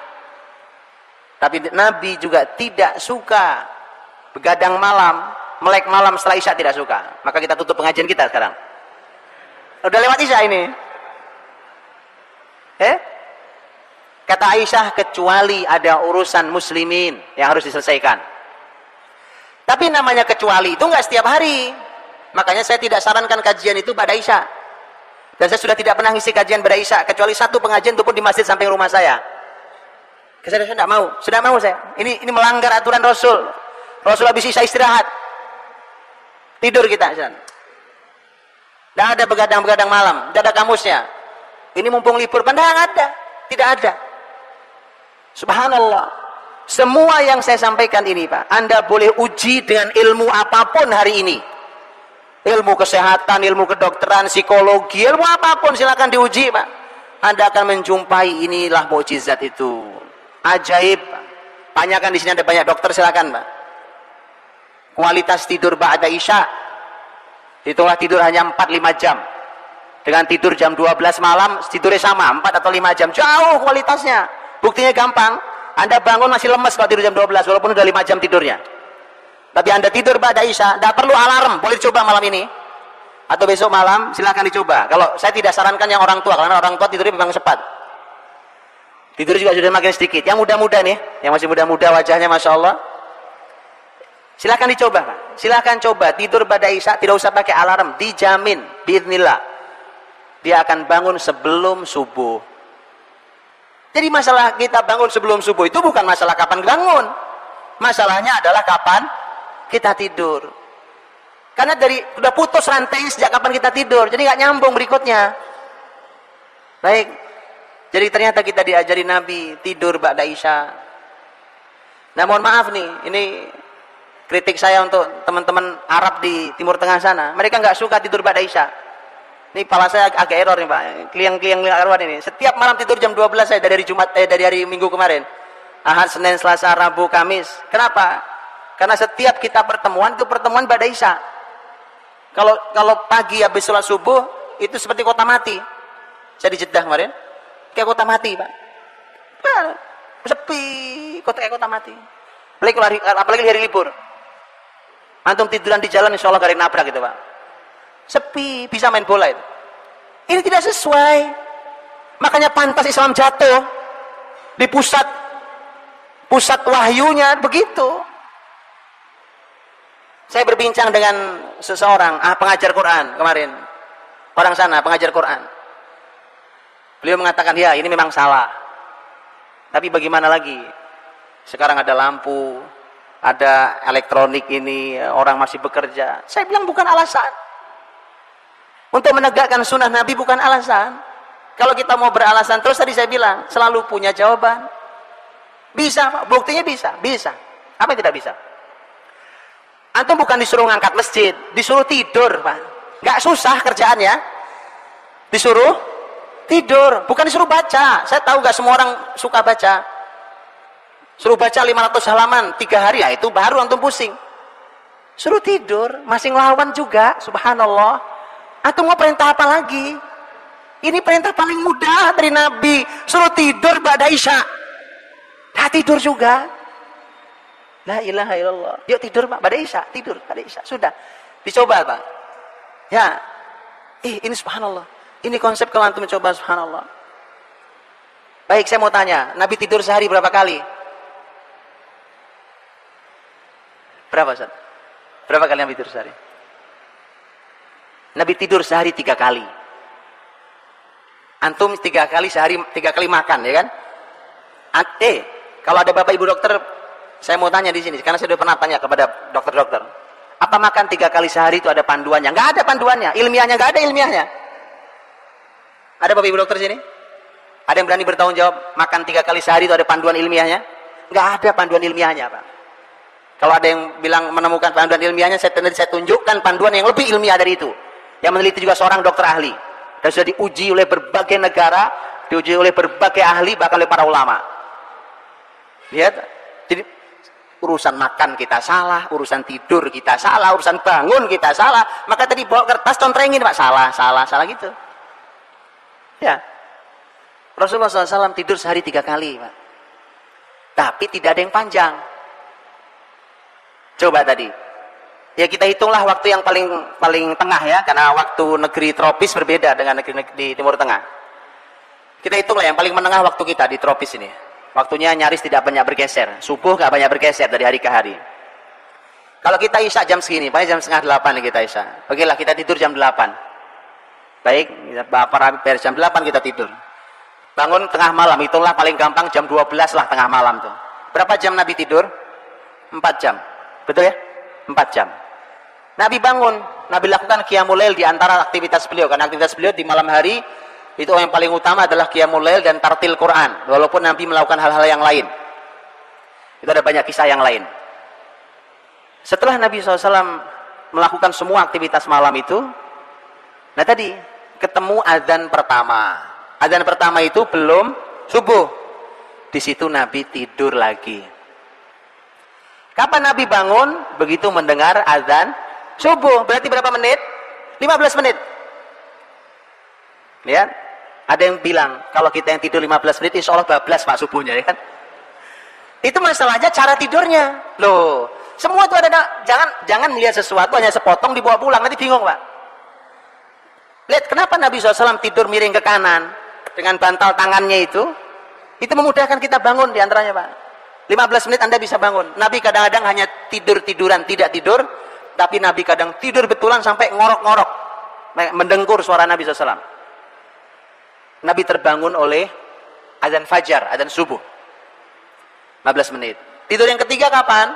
A: Tapi Nabi juga tidak suka begadang malam, melek malam setelah isya, tidak suka. Maka kita tutup pengajian kita sekarang. Udah lewat isya ini. Kata Aisyah, kecuali ada urusan muslimin yang harus diselesaikan. Tapi namanya kecuali itu nggak setiap hari. Makanya saya tidak sarankan kajian itu pada isya. Dan saya sudah tidak pernah ngisi kajian pada isya, kecuali satu pengajian itu pun di masjid samping rumah saya. Saya tidak mau, sudah mau saya. Ini melanggar aturan Rasul. Rasul habis isya istirahat, tidur kita. Tidak ada begadang-begadang malam, tidak ada kamusnya. Ini mumpung libur, padahal ada, tidak ada. Subhanallah. Semua yang saya sampaikan ini, Pak, Anda boleh uji dengan ilmu apapun hari ini. Ilmu kesehatan, ilmu kedokteran, psikologi, ilmu apapun silakan diuji, Pak. Anda akan menjumpai inilah mukjizat itu. Ajaib. Tanyakan di sini ada banyak dokter, silakan, Pak. Kualitas tidur ba'da isya. Hitunglah tidur hanya 4-5 jam. Dengan tidur jam 12 malam, tidurnya sama, 4 atau 5 jam. Jauh kualitasnya. Buktinya gampang. Anda bangun masih lemes kalau tidur jam 12, walaupun udah 5 jam tidurnya. Tapi Anda tidur ba'da isya, tidak perlu alarm, boleh dicoba malam ini. Atau besok malam, silakan dicoba. Kalau saya tidak sarankan yang orang tua, karena orang tua tidurnya memang cepat. Tidur juga sudah makin sedikit. Yang muda-muda nih, yang masih muda-muda wajahnya Masya Allah, silakan dicoba, Pak. Silakan coba tidur ba'da isya, tidak usah pakai alarm, dijamin, biidznillah. Dia akan bangun sebelum subuh. Jadi masalah kita bangun sebelum subuh itu bukan masalah kapan bangun. Masalahnya adalah kapan kita tidur. Karena udah putus rantai sejak kapan kita tidur, jadi nggak nyambung berikutnya. Baik. Jadi ternyata kita diajari Nabi tidur ba'da isya. Nah, mohon maaf nih, ini kritik saya untuk teman-teman Arab di Timur Tengah sana. Mereka nggak suka tidur ba'da isya. Ini kepala saya agak error nih, Pak. Kliang-kliang arwah ini. Setiap malam tidur jam 12 saya dari hari Minggu kemarin. Ahad, Senin, Selasa, Rabu, Kamis. Kenapa? Karena setiap kita pertemuan itu pertemuan pada Isya. Kalau pagi habis sholat subuh itu seperti kota mati. Saya di Jeddah kemarin, kayak kota mati, Pak. Sepi, kayak kota mati. Apalagi hari libur. Antum tiduran di jalan, insya Allah gak ada yang nabrak gitu, Pak. Sepi, bisa main bola itu. Ini tidak sesuai. Makanya pantas Islam jatuh di pusat wahyunya begitu. Saya berbincang dengan seseorang pengajar Quran kemarin. Orang sana pengajar Quran. Beliau mengatakan, ya ini memang salah. Tapi bagaimana lagi? Sekarang ada lampu, ada elektronik ini, orang masih bekerja. Saya bilang bukan alasan. Untuk menegakkan sunnah Nabi bukan alasan. Kalau kita mau beralasan terus, tadi saya bilang, selalu punya jawaban. Bisa, Pak. Buktinya bisa. Bisa. Apa yang tidak bisa? Antum bukan disuruh ngangkat masjid, disuruh tidur, Pak. Nggak susah kerjaannya. Disuruh tidur, bukan disuruh baca. Saya tahu nggak semua orang suka baca. Suruh baca 500 halaman 3 hari, ya itu baru antum pusing. Suruh tidur, masih ngelawan juga, subhanallah. Antum mau perintah apa lagi? Ini perintah paling mudah dari Nabi. Suruh tidur ba'da Isya. Nah, tidur juga. La ilaha illallah. Yuk tidur, Pak, ba'da Isya. Tidur ba'da Isya. Sudah. Dicoba, Pak. Ya. Ini subhanallah. Ini konsep kalau antum mencoba, subhanallah. Baik, saya mau tanya. Nabi tidur sehari berapa kali? Berapa, Ustaz? Berapa kali Nabi tidur sehari? Nabi tidur sehari 3 kali. Antum 3 kali sehari, 3 kali makan, ya kan? Kalau ada bapak ibu dokter, saya mau tanya di sini, karena saya sudah pernah tanya kepada dokter-dokter. Apa makan 3 kali sehari itu ada panduannya? Nggak ada panduannya, ilmiahnya nggak ada ilmiahnya. Ada bapak ibu dokter sini? Ada yang berani bertanggung jawab makan 3 kali sehari itu ada panduan ilmiahnya? Nggak ada panduan ilmiahnya, Pak. Kalau ada yang bilang menemukan panduan ilmiahnya, saya tunjukkan panduan yang lebih ilmiah dari itu. Yang meneliti juga seorang dokter ahli. Dan sudah diuji oleh berbagai negara, diuji oleh berbagai ahli, bahkan oleh para ulama. Lihat, jadi urusan makan kita salah, urusan tidur kita salah, urusan bangun kita salah. Maka tadi bawa kertas contrengin, Pak, salah gitu. Ya, Rasulullah SAW tidur sehari 3 kali, Pak. Tapi tidak ada yang panjang. Coba tadi, ya kita hitunglah waktu yang paling tengah ya, karena waktu negeri tropis berbeda dengan negeri di Timur Tengah. Kita hitunglah yang paling menengah waktu kita di tropis ini. Waktunya nyaris tidak banyak bergeser, subuh nggak banyak bergeser dari hari ke hari. Kalau kita Isya jam segini, paling jam 7:30 kita Isya. Okelah, kita tidur jam 8. Baik, jam 8 kita tidur. Bangun tengah malam, hitunglah paling gampang jam 12 lah tengah malam tuh. Berapa jam Nabi tidur? 4 jam. Betul ya? 4 jam. Nabi bangun, Nabi lakukan qiyamul lail di antara aktivitas beliau. Karena aktivitas beliau di malam hari itu yang paling utama adalah qiyamul lail dan tartil Quran. Walaupun Nabi melakukan hal-hal yang lain. Itu ada banyak kisah yang lain. Setelah Nabi SAW melakukan semua aktivitas malam itu, nah tadi ketemu azan pertama. Azan pertama itu belum subuh. Di situ Nabi tidur lagi. Kapan Nabi bangun? Begitu mendengar azan subuh. Berarti berapa menit? 15 menit. Lihat, ada yang bilang kalau kita yang tidur 15 menit, insya Allah bablas Pak subuhnya, ya kan? Itu masalahnya cara tidurnya. Loh, semua itu ada. Jangan melihat sesuatu hanya sepotong dibawa pulang, nanti bingung, Pak. Lihat kenapa Nabi SAW tidur miring ke kanan dengan bantal tangannya itu memudahkan kita bangun diantaranya, Pak. 15 menit Anda bisa bangun. Nabi kadang-kadang hanya tidur-tiduran, tidak tidur, tapi Nabi kadang tidur betulan sampai ngorok-ngorok, mendengkur suara Nabi SAW. Nabi terbangun oleh azan fajar, azan subuh. 15 menit. Tidur yang ketiga kapan?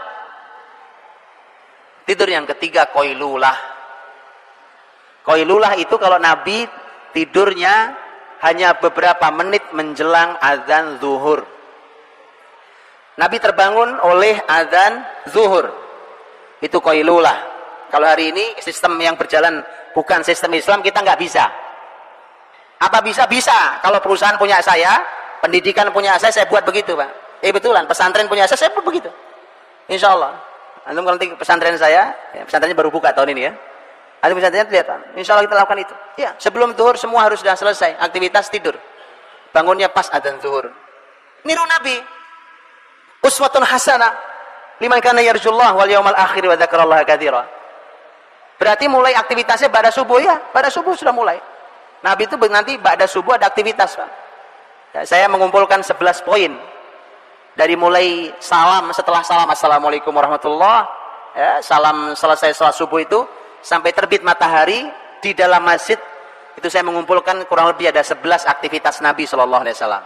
A: Tidur yang ketiga qailulah. Qailulah itu kalau Nabi tidurnya hanya beberapa menit menjelang azan zuhur. Nabi terbangun oleh azan zuhur. Itu qailulah. Kalau hari ini sistem yang berjalan bukan sistem Islam, kita nggak bisa. Apa bisa? Bisa. Kalau perusahaan punya saya, pendidikan punya saya buat begitu, Pak. Betulan. Pesantren punya saya buat begitu. Insya Allah. Antum kalau nanti pesantren saya, ya, pesantrennya baru buka tahun ini ya. Antum pesantrennya lihat, insya Allah kita lakukan itu. Ya, sebelum zuhur semua harus sudah selesai. Aktivitas tidur. Bangunnya pas adzan zuhur. Niru Nabi. Uswatun hasanah liman kana yarjullah wal yaumal akhir wa dzakarallaha katsira. Berarti mulai aktivitasnya pada subuh ya, pada subuh sudah mulai. Nabi itu nanti pada subuh ada aktivitas, Pak. Ya, saya mengumpulkan 11 poin. Dari mulai salam, setelah salam assalamualaikum warahmatullah, ya, salam selesai salat subuh itu sampai terbit matahari di dalam masjid itu saya mengumpulkan kurang lebih ada 11 aktivitas Nabi Shallallahu Alaihi Wasallam.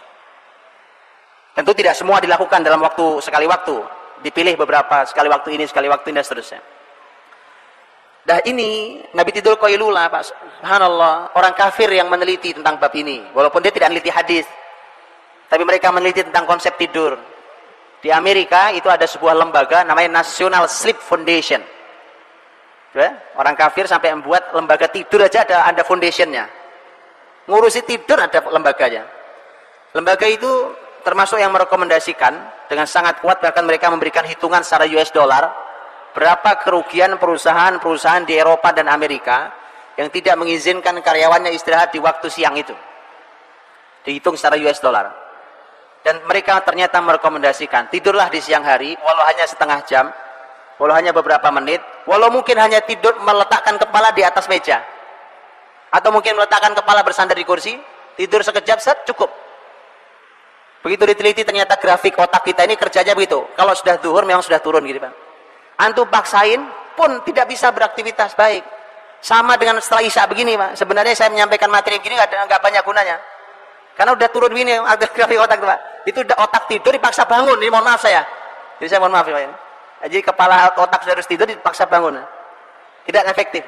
A: Tentu tidak semua dilakukan dalam waktu sekali waktu, dipilih beberapa sekali waktu ini dan seterusnya. Dah ini Nabi tidur qailula, Pak. Subhanallah, orang kafir yang meneliti tentang bab ini, walaupun dia tidak meneliti hadis. Tapi mereka meneliti tentang konsep tidur. Di Amerika itu ada sebuah lembaga namanya National Sleep Foundation. Ya, orang kafir sampai membuat lembaga tidur aja ada foundationnya. Ngurusi tidur ada lembaganya. Lembaga itu termasuk yang merekomendasikan dengan sangat kuat, bahkan mereka memberikan hitungan secara US dollar berapa kerugian perusahaan-perusahaan di Eropa dan Amerika yang tidak mengizinkan karyawannya istirahat di waktu siang itu. Dihitung secara US dollar. Dan mereka ternyata merekomendasikan tidurlah di siang hari walau hanya setengah jam, walau hanya beberapa menit, walau mungkin hanya tidur meletakkan kepala di atas meja, atau mungkin meletakkan kepala bersandar di kursi, tidur sekejap set cukup. Begitu diteliti ternyata grafik otak kita ini kerjanya begitu. Kalau sudah zuhur memang sudah turun gitu, Bang. Antum paksain pun tidak bisa beraktivitas baik. Sama dengan setelah isya begini, Pak. Sebenarnya saya menyampaikan materi begini nggak banyak gunanya. Karena udah turun begini grafik otak, Pak. Itu udah otak tidur dipaksa bangun. Ini mohon maaf saya. Jadi saya mohon maaf ya, Pak. Jadi kepala otak sudah harus tidur dipaksa bangun. Tidak efektif.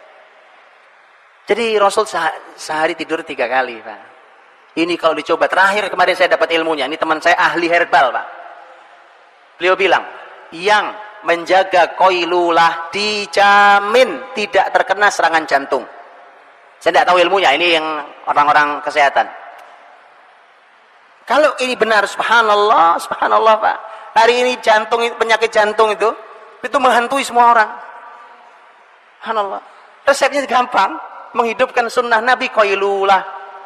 A: Jadi Rasul sehari tidur 3 kali, Pak. Ini kalau dicoba, terakhir kemarin saya dapat ilmunya. Ini teman saya ahli herbal, Pak. Beliau bilang, yang menjaga qailulah dijamin tidak terkena serangan jantung. Saya tidak tahu ilmunya, ini yang orang-orang kesehatan. Kalau ini benar, subhanallah, subhanallah, Pak. Hari ini penyakit jantung itu menghantui semua orang. Subhanallah. Resepnya gampang, menghidupkan sunnah Nabi qailulah.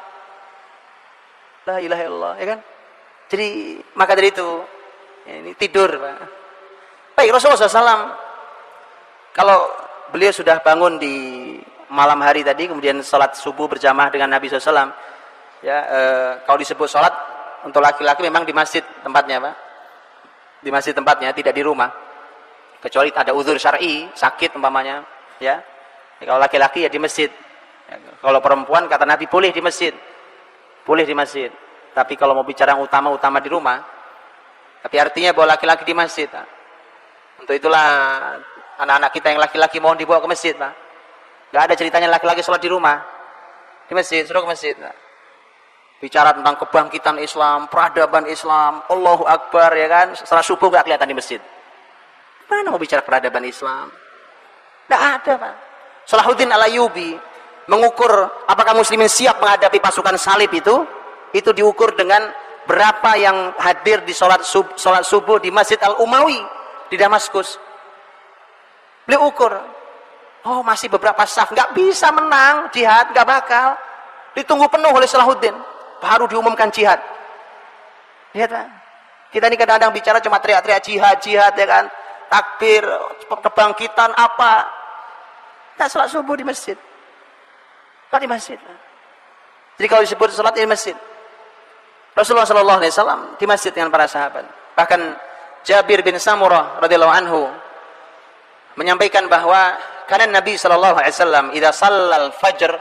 A: La ilaha illallah, ya kan? Jadi, maka dari itu, ya, ini tidur, Pak. Baik, Rasulullah SAW, kalau beliau sudah bangun di malam hari tadi, kemudian sholat subuh berjamaah dengan Nabi SAW, ya, kalau disebut sholat, untuk laki-laki memang di masjid tempatnya, Pak. Di masjid tempatnya, tidak di rumah. Kecuali ada uzur syar'i, sakit umpamanya, ya. Kalau laki-laki ya di masjid. Ya, kalau perempuan kata Nabi boleh di masjid. Boleh di masjid. Tapi kalau mau bicara yang utama di rumah. Tapi artinya bahwa laki-laki di masjid, Pak. Untuk itulah anak-anak kita yang laki-laki mohon dibawa ke masjid, Pak. Gak ada ceritanya laki-laki sholat di rumah. Di masjid, suruh ke masjid, Pak. Bicara tentang kebangkitan Islam, peradaban Islam, Allahu Akbar, ya kan? Setelah subuh gak kelihatan di masjid. Mana mau bicara peradaban Islam? Tidak ada, Pak. Salahuddin Al-Ayyubi mengukur apakah muslimin siap menghadapi pasukan salib itu diukur dengan berapa yang hadir di sholat subuh di Masjid Al-Umawi di Damaskus. Beliau ukur, oh masih beberapa saf, nggak bisa menang jihad, nggak bakal. Ditunggu penuh oleh Salahuddin, baru diumumkan jihad. Lihat, Pak. Kita ini kadang-kadang bicara cuma teriak-teriak jihad, ya kan? Takbir, kebangkitan apa? Kita sholat subuh di masjid. Di masjid. Jadi kalau disebut salat di masjid, Rasulullah Sallallahu Alaihi Wasallam di masjid dengan para sahabat. Bahkan Jabir bin Samurah radhiyallahu anhu menyampaikan bahwa karena Nabi Sallallahu Alaihi Wasallam idza shallal fajr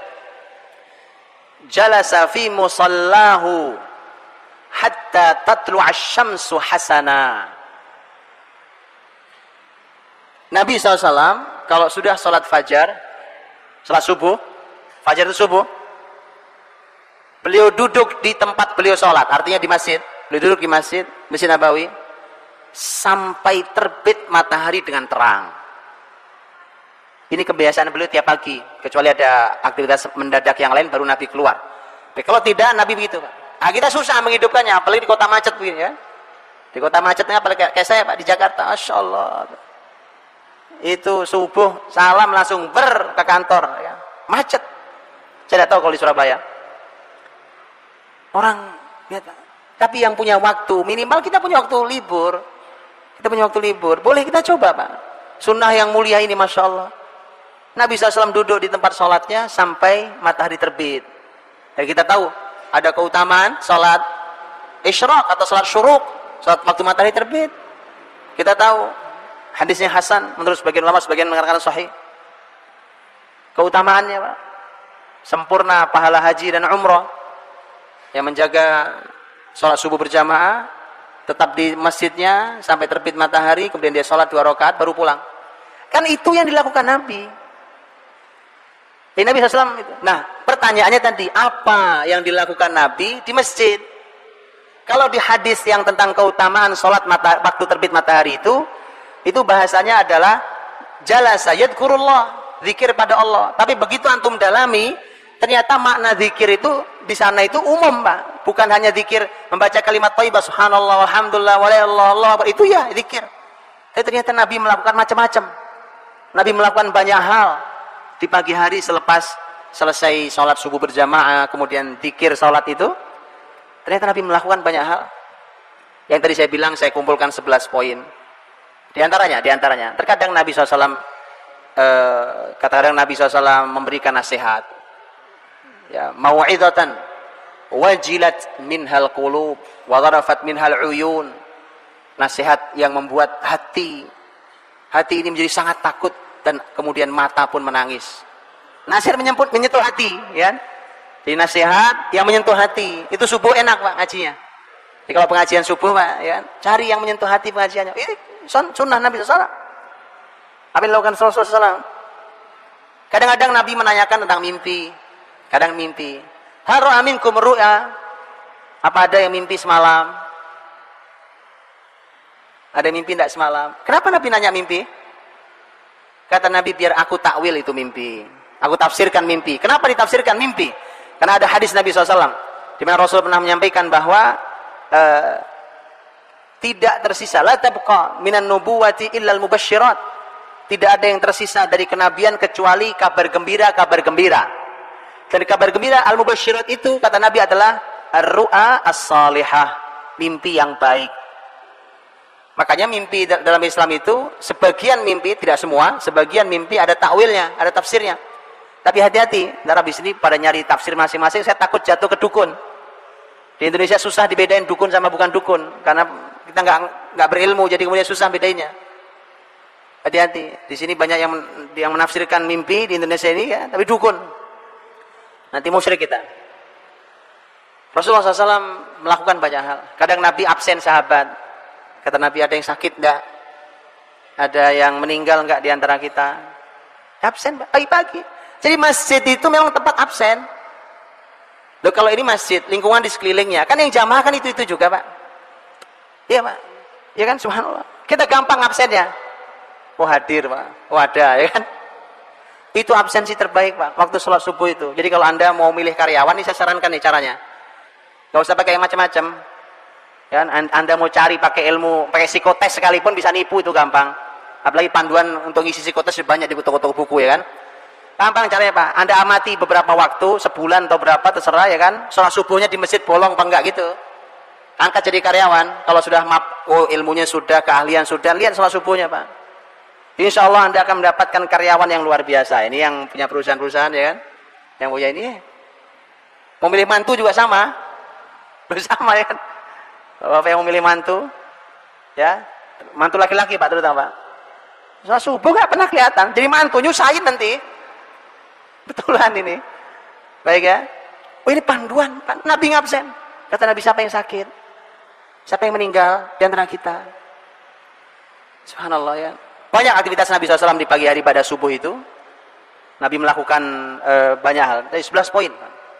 A: jalasa fi musallahu hatta tatlu'a asy-syamsu hasana. Nabi SAW kalau sudah salat fajar, salat subuh, fajar itu subuh, beliau duduk di tempat beliau sholat, artinya di masjid. Beliau duduk di Masjid Nabawi sampai terbit matahari dengan terang. Ini kebiasaan beliau tiap pagi, kecuali ada aktivitas mendadak yang lain baru Nabi keluar. Tapi kalau tidak, Nabi begitu, Pak. Nah, kita susah menghidupkannya, apalagi di kota macet begini, ya. Di kota macetnya apalagi kayak saya, Pak, di Jakarta, Masya Allah. itu subuh salam langsung ke kantor ya. Macet. Saya tidak tahu kalau di Surabaya orang ya, tapi yang punya waktu, minimal kita punya waktu libur, boleh kita coba Pak, sunnah yang mulia ini. Masya Allah, Nabi SAW duduk di tempat sholatnya sampai matahari terbit. Dan kita tahu ada keutamaan sholat isyraq atau sholat syuruk, sholat waktu matahari terbit. Kita tahu hadisnya hasan menurut sebagian ulama, sebagian mengatakan sahih. Keutamaannya Pak, sempurna pahala haji dan umrah. Yang menjaga sholat subuh berjamaah tetap di masjidnya sampai terbit matahari, kemudian dia sholat 2 rakaat baru pulang. Kan itu yang dilakukan Nabi. Nabi SAW itu. Nah, pertanyaannya tadi, apa yang dilakukan Nabi di masjid? Kalau di hadis yang tentang keutamaan sholat waktu terbit matahari itu bahasanya adalah jalasa yadhkurullah, zikir pada Allah. Tapi begitu antum dalami, ternyata makna zikir itu di sana itu umum Pak, bukan hanya zikir membaca kalimat thayyibah subhanallah walhamdulillah walillallah, itu ya zikir. Tapi ternyata Nabi melakukan macam-macam. Nabi melakukan banyak hal di pagi hari selepas selesai sholat subuh berjamaah, kemudian zikir sholat itu. Ternyata Nabi melakukan banyak hal. Yang tadi saya bilang, saya kumpulkan 11 poin. Di antaranya, terkadang Nabi SAW Nabi SAW memberikan nasihat. Ya, mau'izatan wajilat minhal qulub wa dharafat minhal uyun. Nasihat yang membuat hati ini menjadi sangat takut dan kemudian mata pun menangis. Nasihat menyentuh hati, ya. Jadi nasihat yang menyentuh hati. Itu subuh enak Pak ngajinya. Jadi kalau pengajian subuh Pak, ya, cari yang menyentuh hati pengajiannya. Ini sunnah Nabi SAW. Apa yang dilakukan Rasulullah SAW? Kadang-kadang Nabi menanyakan tentang mimpi. Kadang mimpi. Hal ra'a minkum ru'ya? Apa ada yang mimpi semalam? Ada mimpi tidak semalam? Kenapa Nabi nanya mimpi? Kata Nabi, biar aku takwil itu mimpi. Aku tafsirkan mimpi. Kenapa ditafsirkan mimpi? Karena ada hadis Nabi SAW di mana Rasul pernah menyampaikan bahwa tidak tersisa la tabqa minan nubuwati illal mubasysyirat. Tidak ada yang tersisa dari kenabian kecuali kabar gembira. Dan kabar gembira al-mubasysyirat itu kata Nabi adalah ar-ru'a as-salihah, mimpi yang baik. Makanya mimpi dalam Islam itu sebagian mimpi, tidak semua, sebagian mimpi ada takwilnya, ada tafsirnya. Tapi hati-hati, ntar habis ini pada nyari tafsir masing-masing, saya takut jatuh ke dukun. Di Indonesia susah dibedain dukun sama bukan dukun, karena kita nggak berilmu, jadi kemudian susah bedainnya. Hati-hati, di sini banyak yang menafsirkan mimpi di Indonesia ini ya, tapi dukun. Nanti musyrik kita. Rasulullah SAW melakukan banyak hal. Kadang Nabi absen sahabat. Kata Nabi, ada yang sakit enggak? Ada yang meninggal enggak di antara kita? Absen pagi-pagi. Jadi masjid itu memang tempat absen. Loh, kalau ini masjid, lingkungan di sekelilingnya, kan yang jamaah kan itu juga Pak. Iya Pak. Ya kan, subhanallah. Kita gampang absennya. Oh hadir Pak. Oh ada, ya kan. Itu absensi terbaik Pak, waktu sholat subuh itu. Jadi kalau Anda mau milih karyawan, ini saya sarankan nih caranya. Gak usah pakai macam-macam. Ya, Anda mau cari pakai ilmu, pakai psikotes sekalipun bisa nipu, itu gampang. Apalagi panduan untuk ngisi psikotes banyak di toko-toko buku, ya kan. Gampang caranya Pak. Anda amati beberapa waktu, sebulan atau berapa terserah, ya kan. Sholat subuhnya di masjid bolong apa enggak gitu. Angkat jadi karyawan. Kalau sudah ilmunya sudah, keahlian sudah, lihat sholat subuhnya Pak. Insya Allah Anda akan mendapatkan karyawan yang luar biasa. Ini yang punya perusahaan-perusahaan, ya kan. Yang punya ini. Memilih mantu juga sama. Bersama, ya kan. Bapak yang memilih mantu, ya, mantu laki-laki Pak terutama Pak. Sholat subuh nggak pernah kelihatan. Jadi mantu nyusahin nanti. Betulan ini. Baik ya. Oh ini panduan. Nabi ngabsen. Kata Nabi, siapa yang sakit? Siapa yang meninggal di antara kita? Subhanallah ya. Banyak aktivitas Nabi SAW di pagi hari pada subuh itu. Nabi melakukan banyak hal. Dari 11 poin.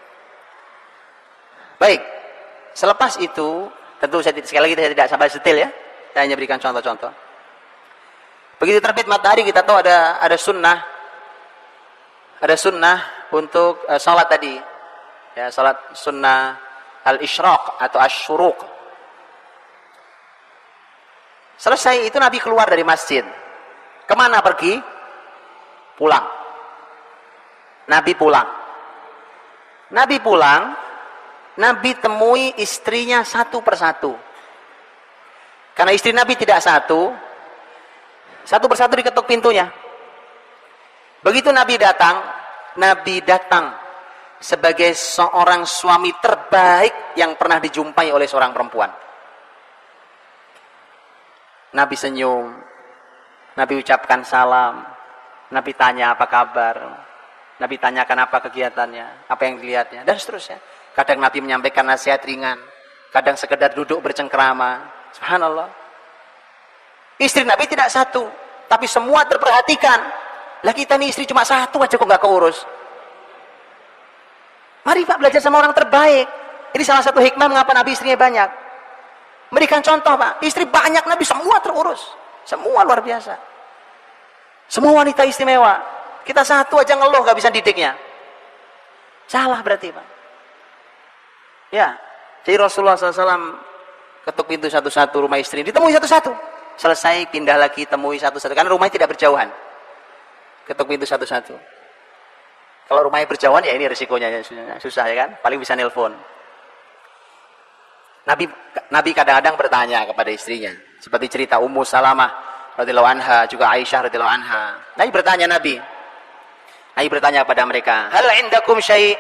A: Baik. Selepas itu, tentu sekali lagi saya tidak sampai detail ya. Saya hanya berikan contoh-contoh. Begitu terbit matahari kita tahu ada sunnah. Ada sunnah untuk salat tadi. Ya, salat sunnah al-isyraq atau asy-syuruq. Selesai itu Nabi keluar dari masjid. Kemana pergi? Pulang. Nabi pulang. Nabi pulang, Nabi temui istrinya satu persatu. Karena istri Nabi tidak satu persatu diketuk pintunya. Begitu Nabi datang sebagai seorang suami terbaik yang pernah dijumpai oleh seorang perempuan. Nabi senyum, Nabi ucapkan salam, Nabi tanya apa kabar, Nabi tanyakan apa kegiatannya, apa yang dilihatnya, dan seterusnya. Kadang Nabi menyampaikan nasihat ringan, kadang sekedar duduk bercengkrama. Subhanallah. Istri Nabi tidak satu, tapi semua terperhatikan. Lah kita nih istri cuma satu aja kok nggak keurus. Mari Pak belajar sama orang terbaik. Ini salah satu hikmah mengapa Nabi istrinya banyak. Berikan contoh Pak, istri banyak Nabi semua terurus. Semua luar biasa. Semua wanita istimewa. Kita satu aja ngeluh gak bisa didiknya. Salah berarti Pak. Ya, jadi Rasulullah SAW ketuk pintu satu-satu rumah istri, ditemui satu-satu. Selesai pindah lagi temui satu-satu. Karena rumahnya tidak berjauhan. Ketuk pintu satu-satu. Kalau rumahnya berjauhan ya ini resikonya susah ya kan. Paling bisa nelpon. Nabi kadang-kadang bertanya kepada istrinya. Seperti cerita Ummu Salamah radhiyallahu anha, juga Aisyah radhiyallahu anha. Nabi bertanya kepada mereka, hal indakum syai'?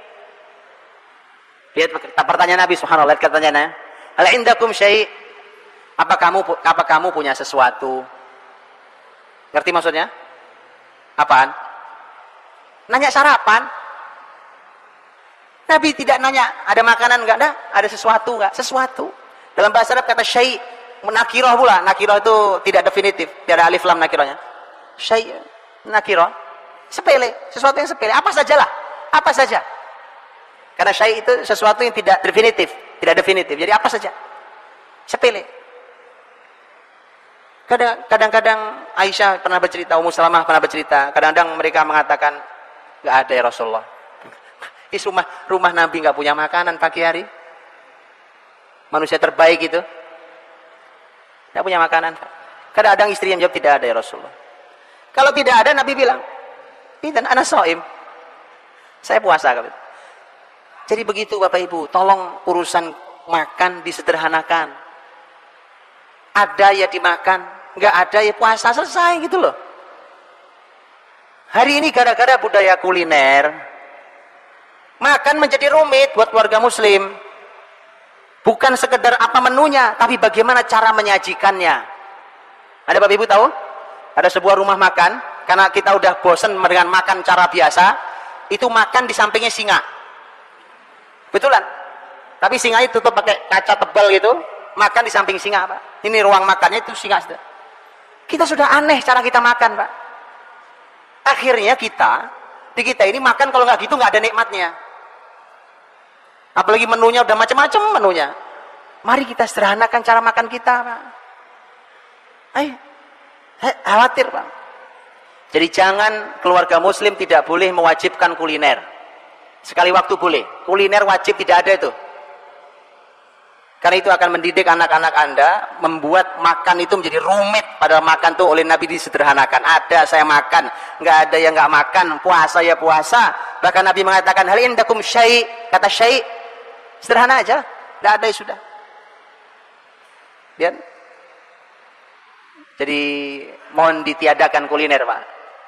A: Lihat pertanyaan Nabi, subhanallah, lihat pertanyaannya. Hal indakum syai'? Apa kamu punya sesuatu? Ngerti maksudnya? Apaan? Nanya sarapan. Nabi tidak nanya ada makanan enggak, ada sesuatu enggak? Sesuatu. Dalam bahasa Arab kata syai' nakirah pula. Nakirah itu tidak definitif, tidak ada alif lam nakirahnya. Syai' nakirah, sepele, sesuatu yang sepele, apa sajalah, apa saja. Karena syai' itu sesuatu yang tidak definitif, jadi apa saja, sepele. Kadang-kadang Aisyah pernah bercerita, Ummu Salamah pernah bercerita, kadang-kadang mereka mengatakan nggak ada ya Rasulullah. Rumah Nabi nggak punya makanan pagi hari. Manusia terbaik itu nggak punya makanan. Kadang-kadang istri yang jawab tidak ada ya Rasulullah. Kalau tidak ada, Nabi bilang, "Idzan ana shaim." Saya puasa. Jadi begitu Bapak Ibu, tolong urusan makan disederhanakan. Ada ya dimakan, nggak ada ya puasa, selesai gitu loh. Hari ini gara-gara budaya kuliner, makan menjadi rumit buat keluarga muslim. Bukan sekedar apa menunya, tapi bagaimana cara menyajikannya. Ada Bapak Ibu tahu? Ada sebuah rumah makan, karena kita udah bosen dengan makan cara biasa, itu makan di sampingnya singa. Betulan. Tapi singa itu tutup pakai kaca tebal gitu, makan di samping singa, Pak. Ini ruang makannya itu singa. Kita sudah aneh cara kita makan, Pak. Akhirnya di kita ini makan kalau nggak gitu nggak ada nikmatnya. Apalagi menunya udah macam-macam menunya. Mari kita sederhanakan cara makan kita, Pak. Khawatir, Pak. Jadi jangan keluarga muslim tidak boleh mewajibkan kuliner. Sekali waktu boleh. Kuliner wajib tidak ada itu. Karena itu akan mendidik anak-anak Anda, membuat makan itu menjadi rumit. Padahal makan tuh oleh Nabi disederhanakan. Ada saya makan, nggak ada yang nggak makan. Puasa ya puasa. Bahkan Nabi mengatakan, hal indakum syai'. Kata syai', sederhana aja. Nggak ada ya sudah. Lihat. Jadi mohon ditiadakan kuliner, Pak.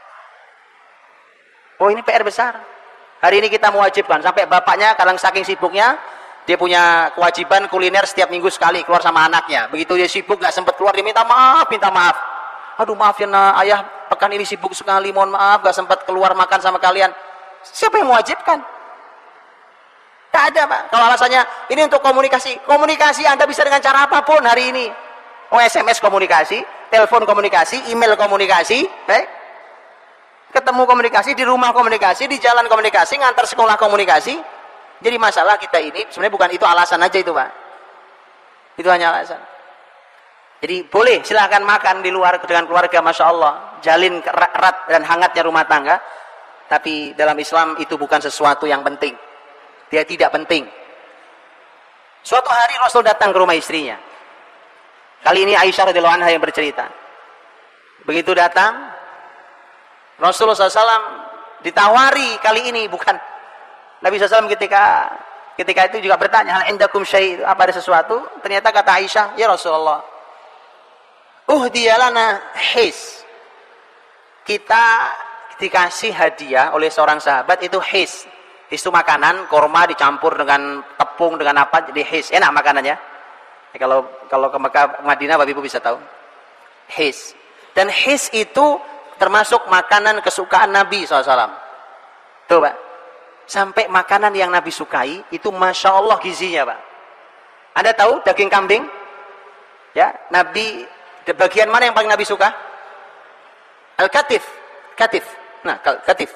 A: Oh ini PR besar. Hari ini kita mewajibkan. Sampai bapaknya kadang saking sibuknya, dia punya kewajiban kuliner setiap minggu sekali keluar sama anaknya. Begitu dia sibuk nggak sempat keluar, dia minta maaf. Aduh maaf ya ayah, pekan ini sibuk sekali, mohon maaf nggak sempat keluar makan sama kalian. Siapa yang mewajibkan? Tak ada, Pak. Kalau alasannya ini untuk komunikasi, komunikasi Anda bisa dengan cara apapun hari ini. SMS komunikasi, telepon komunikasi, email komunikasi, ketemu komunikasi, di rumah komunikasi, di jalan komunikasi, ngantar sekolah komunikasi. Jadi masalah kita ini sebenarnya bukan itu alasan aja itu, Pak. Itu hanya alasan. Jadi boleh silahkan makan di luar dengan keluarga, Masya Allah, jalin erat dan hangatnya rumah tangga. Tapi dalam Islam itu bukan sesuatu yang penting. Dia tidak penting. Suatu hari Rasul datang ke rumah istrinya. Kali ini Aisyah radhiyallahu anha yang bercerita. Begitu datang, Rasulullah SAW ditawari kali ini, bukan Nabi SAW ketika itu juga bertanya, hal indakum syai', apa ada sesuatu? Ternyata kata Aisyah, ya Rasulullah, uhdiyalana his, kita dikasih hadiah oleh seorang sahabat itu his. His itu makanan, korma dicampur dengan tepung dengan apa, jadi his, enak makanannya. Kalau ke Mekah, Madinah, Bapak Ibu bisa tahu his. Dan his itu termasuk makanan kesukaan Nabi SAW. Tuh Pak, sampai makanan yang Nabi sukai itu Masya Allah gizinya Pak. Anda tahu daging kambing? Ya, Nabi, bagian mana yang paling Nabi suka? Al-katif. Katif. Nah, katif.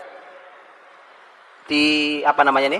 A: Di apa namanya nih?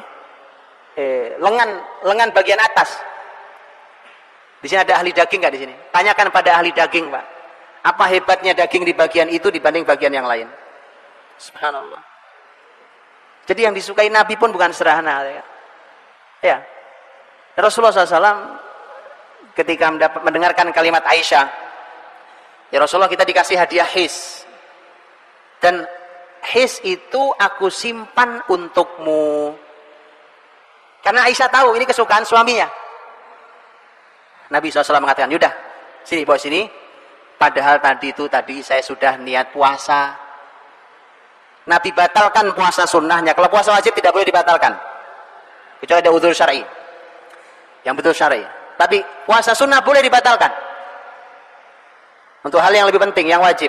A: Lengan bagian atas. Di sini ada ahli daging nggak di sini? Tanyakan pada ahli daging Pak. Apa hebatnya daging di bagian itu dibanding bagian yang lain? Subhanallah. Jadi yang disukai Nabi pun bukan sederhana. Ya. Rasulullah SAW ketika mendengarkan kalimat Aisyah, ya Rasulullah, kita dikasih hadiah his. Dan his itu aku simpan untukmu. Karena Aisyah tahu ini kesukaan suaminya. Nabi SAW mengatakan, yaudah, sini bawa sini. Padahal tadi saya sudah niat puasa. Nabi batalkan puasa sunnahnya. Kalau puasa wajib tidak boleh dibatalkan, kecuali ada udzur syar'i, yang betul syar'i. Tapi puasa sunnah boleh dibatalkan untuk hal yang lebih penting, yang wajib.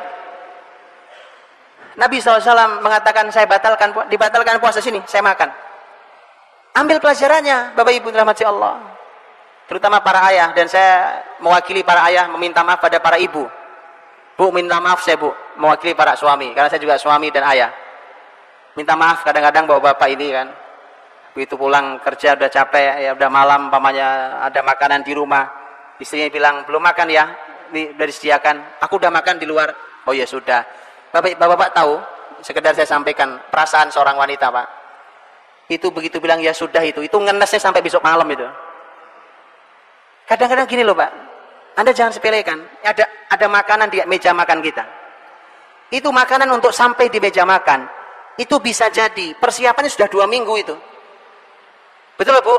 A: Nabi SAW mengatakan, saya dibatalkan puasa sini, saya makan. Ambil pelajarannya, Bapak Ibu dirahmati Allah, terutama para ayah, dan saya mewakili para ayah meminta maaf pada para ibu. Bu, minta maaf saya Bu, mewakili para suami, karena saya juga suami dan ayah. Minta maaf kadang-kadang bapak-bapak ini kan, begitu pulang kerja udah capek, ya udah malam, pamannya ada makanan di rumah, istrinya bilang belum makan ya, udah disediakan, aku udah makan di luar. Oh ya sudah. Bapak-bapak tahu, sekedar saya sampaikan perasaan seorang wanita Pak. Itu begitu bilang ya sudah, itu ngenesnya sampai besok malam itu. Kadang-kadang gini loh Pak, Anda jangan sepelekan, ada makanan di meja makan kita. Itu makanan untuk sampai di meja makan, itu bisa jadi persiapannya sudah 2 minggu itu. Betul Bu?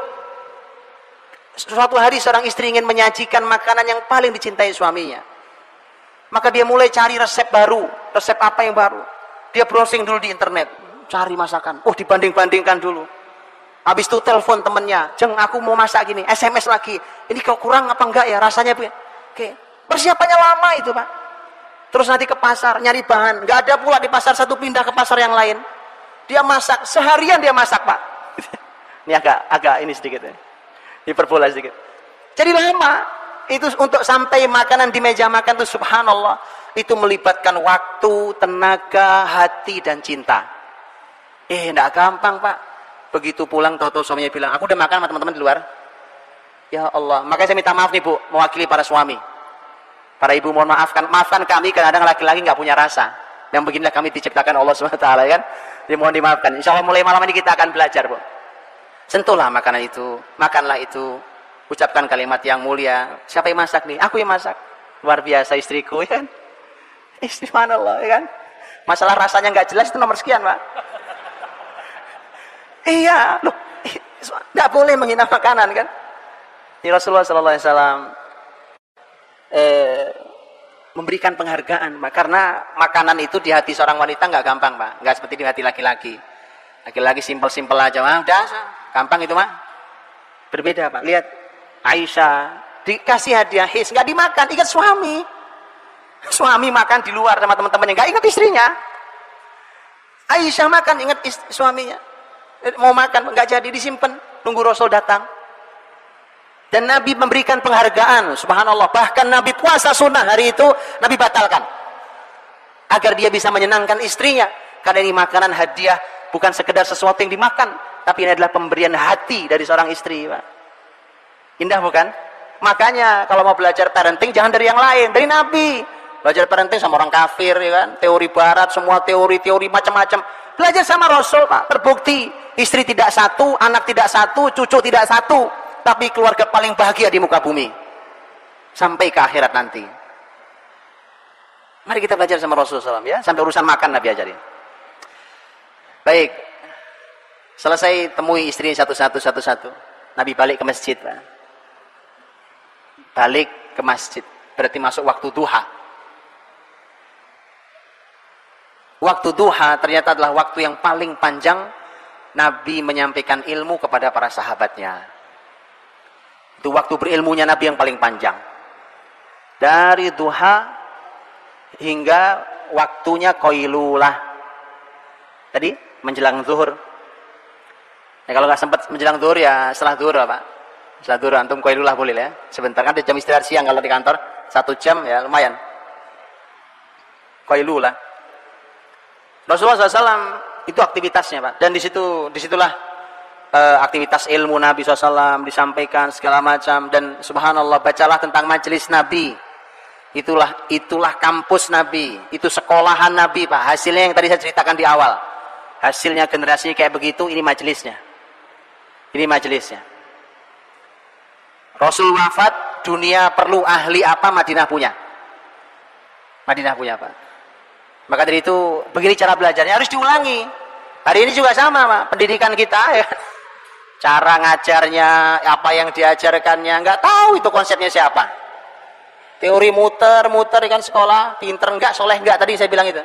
A: Suatu hari seorang istri ingin menyajikan makanan yang paling dicintai suaminya, maka dia mulai cari resep baru, resep apa yang baru. Dia browsing dulu di internet, cari masakan. Oh, dibanding-bandingkan dulu. Habis itu telepon temennya, Jeng, aku mau masak gini. SMS lagi, ini kok kurang apa enggak ya rasanya? Oke. Persiapannya lama itu Pak. Terus nanti ke pasar nyari bahan, nggak ada pula di pasar satu, pindah ke pasar yang lain. Dia masak seharian, dia masak Pak. Ini agak ini sedikit ya, hiperbola sedikit. Jadi lama itu untuk sampai makanan di meja makan itu, subhanallah, itu melibatkan waktu, tenaga, hati dan cinta. Enggak gampang Pak. Begitu pulang tahu-tahu suaminya bilang, aku udah makan sama teman-teman di luar. Ya Allah, makanya saya minta maaf nih Bu, mewakili para suami. Para ibu mohon maafkan kami, kadang-kadang laki-laki nggak punya rasa. Yang beginilah kami diciptakan Allah SWT kan. Jadi mohon dimaafkan. Insya Allah mulai malam ini kita akan belajar Bu. Sentuhlah makanan itu, makanlah itu, ucapkan kalimat yang mulia. Siapa yang masak nih? Aku yang masak. Luar biasa istriku ya kan. Istri subhanallah ya kan. Masalah rasanya nggak jelas itu nomor sekian Pak. Iya, loh, nggak boleh menghina makanan kan. Ini Rasulullah SAW memberikan penghargaan Pak, karena makanan itu di hati seorang wanita nggak gampang Pak, nggak seperti di hati laki-laki. Laki-laki simpel-simpel aja, udah gampang itu Pak. Berbeda Pak. Lihat Aisyah dikasih hadiah his, nggak dimakan, ingat suami. Suami makan di luar sama teman-temannya, nggak ingat istrinya. Aisyah makan, ingat suaminya. Mau makan nggak jadi, disimpan, nunggu Rasul datang. Dan Nabi memberikan penghargaan, subhanallah. Bahkan Nabi puasa sunnah hari itu Nabi batalkan, agar dia bisa menyenangkan istrinya. Karena ini makanan hadiah, bukan sekedar sesuatu yang dimakan, tapi ini adalah pemberian hati dari seorang istri Pak. Indah bukan? Makanya kalau mau belajar parenting jangan dari yang lain, dari Nabi. Belajar parenting sama orang kafir ya kan, teori barat, semua teori-teori macam-macam. Belajar sama Rasul Pak. Terbukti istri tidak satu, anak tidak satu, cucu tidak satu, tapi keluarga paling bahagia di muka bumi sampai ke akhirat nanti. Mari kita belajar sama Rasulullah SAW ya, sampai urusan makan Nabi ajarin. Baik, selesai temui istri satu-satu. Nabi balik ke masjid, Pak. Balik ke masjid, berarti masuk waktu duha. Waktu duha ternyata adalah waktu yang paling panjang Nabi menyampaikan ilmu kepada para sahabatnya. Itu waktu berilmunya Nabi yang paling panjang. Dari duha hingga waktunya qailulah. Tadi menjelang zuhur. Ya, kalau nggak sempat menjelang zuhur ya setelah zuhur Pak. Setelah zuhur antum qailulah boleh ya. Sebentar kan ada jam istirahat siang kalau di kantor 1 jam ya lumayan. Qailulah. Rasulullah SAW itu aktivitasnya Pak. Dan disitulah aktivitas ilmu Nabi SAW disampaikan segala macam. Dan subhanallah bacalah tentang majelis Nabi. Itulah kampus Nabi. Itu sekolahan Nabi Pak. Hasilnya yang tadi saya ceritakan di awal. Hasilnya generasinya kayak begitu, ini majelisnya. Ini majelisnya. Rasul wafat, dunia perlu ahli apa Madinah punya. Madinah punya Pak. Maka dari itu, begini cara belajarnya harus diulangi. Hari ini juga sama Pak, pendidikan kita ya. Cara ngajarnya, apa yang diajarkannya, nggak tahu itu konsepnya siapa. Teori muter kan sekolah, pinter enggak, soleh enggak, tadi saya bilang itu.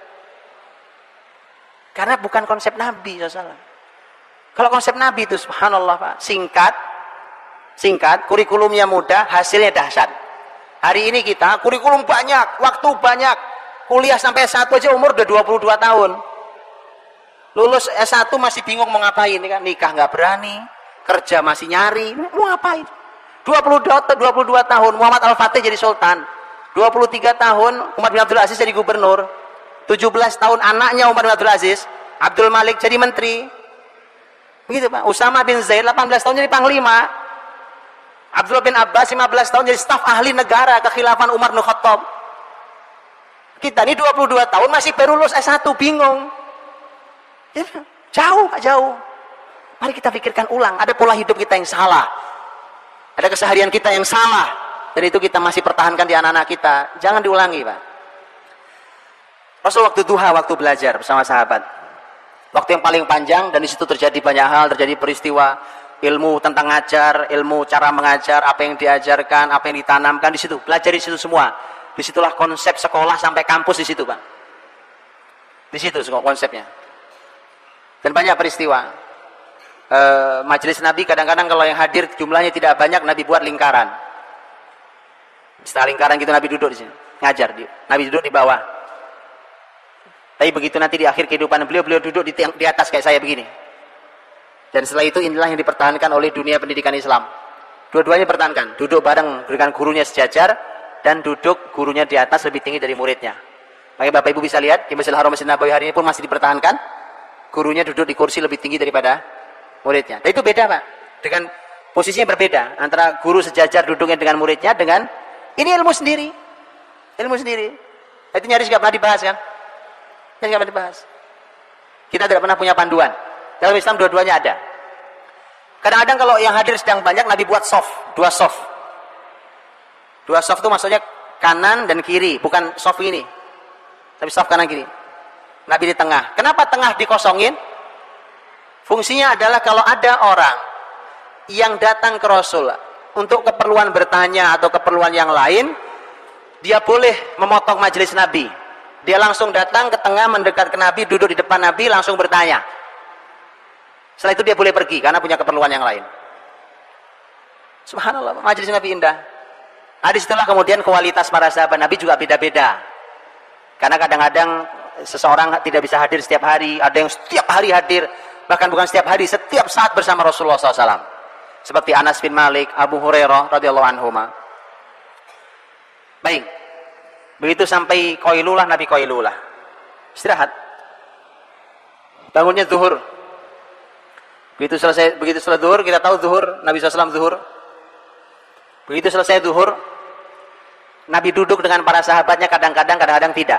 A: Karena bukan konsep Nabi SAW. Kalau konsep Nabi itu subhanallah Pak, singkat, kurikulumnya mudah, hasilnya dahsyat. Hari ini kita kurikulum banyak, waktu banyak, kuliah sampai S1 aja umur udah 22 tahun. Lulus S1 masih bingung mau ngapain, kan? Nikah nggak berani, kerja masih nyari, mau ngapain? 22 tahun Muhammad Al-Fatih jadi sultan, 23 tahun Umar bin Abdul Aziz jadi gubernur, 17 tahun anaknya Umar bin Abdul Aziz, Abdul Malik jadi menteri. Begitu Pak. Usama bin Zaid 18 tahun jadi panglima. Abdullah bin Abbas 15 tahun jadi staf ahli negara kekhilafan Umar bin Khattab. Kita ini 22 tahun masih baru lulus S1 bingung. Ya, jauh. Mari kita pikirkan ulang, ada pola hidup kita yang salah. Ada keseharian kita yang salah. Dan itu kita masih pertahankan di anak-anak kita. Jangan diulangi Pak. Rasul waktu duha, waktu belajar bersama sahabat. Waktu yang paling panjang dan di situ terjadi banyak hal, terjadi peristiwa, ilmu tentang ngajar, ilmu cara mengajar, apa yang diajarkan, apa yang ditanamkan di situ. Belajar di situ semua. Disitulah konsep sekolah sampai kampus di situ Pak. Di situ konsepnya. Dan banyak peristiwa. Majelis Nabi kadang-kadang kalau yang hadir jumlahnya tidak banyak, Nabi buat lingkaran. Setelah lingkaran gitu Nabi duduk di sini, ngajar. Nabi duduk di bawah. Tapi begitu nanti di akhir kehidupan beliau duduk di atas kayak saya begini. Dan setelah itu inilah yang dipertahankan oleh dunia pendidikan Islam. Dua-duanya dipertahankan. Duduk bareng dengan gurunya sejajar dan duduk gurunya di atas lebih tinggi dari muridnya. Makanya Bapak Ibu bisa lihat di Masjidil Haram Masjid Nabawi hari ini pun masih dipertahankan. Gurunya duduk di kursi lebih tinggi daripada muridnya. Dan itu beda Pak. Dengan posisinya berbeda antara guru sejajar duduknya dengan muridnya dengan ini ilmu sendiri. Ilmu sendiri. Itu nyaris gak pernah dibahas kan? Nyaris gak pernah dibahas. Kita tidak pernah punya panduan. Dalam Islam dua-duanya ada. Kadang-kadang kalau yang hadir sedang banyak, Nabi buat soft, 2 soft. 2 soft itu maksudnya kanan dan kiri, bukan soft ini. Tapi soft kanan kiri. Nabi di tengah. Kenapa tengah dikosongin? Fungsinya adalah kalau ada orang yang datang ke Rasul untuk keperluan bertanya atau keperluan yang lain, dia boleh memotong majelis Nabi. Dia langsung datang ke tengah, mendekat ke Nabi, duduk di depan Nabi, langsung bertanya. Setelah itu dia boleh pergi karena punya keperluan yang lain. Subhanallah, majelis Nabi indah. Nah, disitulah kemudian kualitas para sahabat Nabi juga beda-beda. Karena kadang-kadang seseorang tidak bisa hadir setiap hari, ada yang setiap hari hadir, bahkan bukan setiap hari, setiap saat bersama Rasulullah SAW. Seperti Anas bin Malik, Abu Hurairah radhiyallahu anhuma. Baik, begitu sampai qailulah, Nabi qailulah, istirahat. Bangunnya zuhur. Begitu selesai zuhur, kita tahu zuhur, Nabi SAW zuhur. Begitu selesai zuhur, Nabi duduk dengan para sahabatnya kadang-kadang tidak.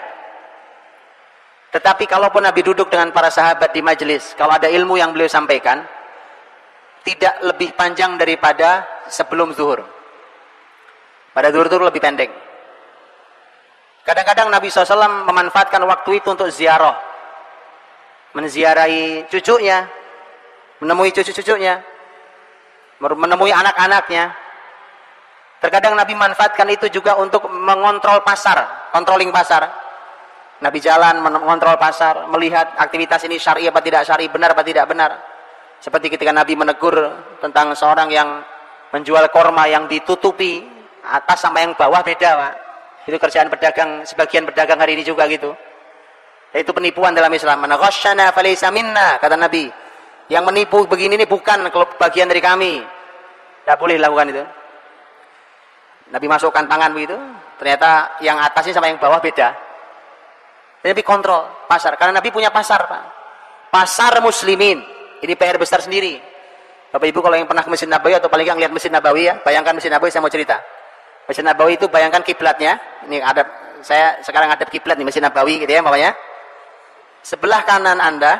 A: Tetapi kalaupun Nabi duduk dengan para sahabat di majelis, kalau ada ilmu yang beliau sampaikan, tidak lebih panjang daripada sebelum zuhur. Pada zuhur itu lebih pendek. Kadang-kadang Nabi SAW memanfaatkan waktu itu untuk ziarah, menziarahi cucunya, menemui cucu-cucunya, menemui anak-anaknya. Terkadang Nabi manfaatkan itu juga untuk mengontrol pasar, controlling pasar. Nabi jalan mengontrol pasar, melihat aktivitas ini syar'i apa tidak syar'i, benar apa tidak benar. Seperti ketika Nabi menegur tentang seorang yang menjual korma yang ditutupi atas sama yang bawah beda, Pak. Itu kerjaan pedagang, sebagian pedagang hari ini juga gitu. Itu penipuan dalam Islam. Man ghasyana falaysa minna, kata Nabi. Yang menipu begini ini bukan bagian dari kami. Tidak boleh lakukan itu. Nabi masukkan tangan begitu, ternyata yang atasnya sama yang bawah beda. Nabi kontrol pasar, karena Nabi punya pasar, Pak. Pasar muslimin. Ini PR besar sendiri. Bapak Ibu kalau yang pernah ke Masjid Nabawi atau paling nggak lihat Masjid Nabawi ya, bayangkan Masjid Nabawi, saya mau cerita. Masjid Nabawi itu bayangkan kiblatnya. Ini ada, saya sekarang ada kiblat nih Masjid Nabawi gitu ya, namanya. Sebelah kanan Anda,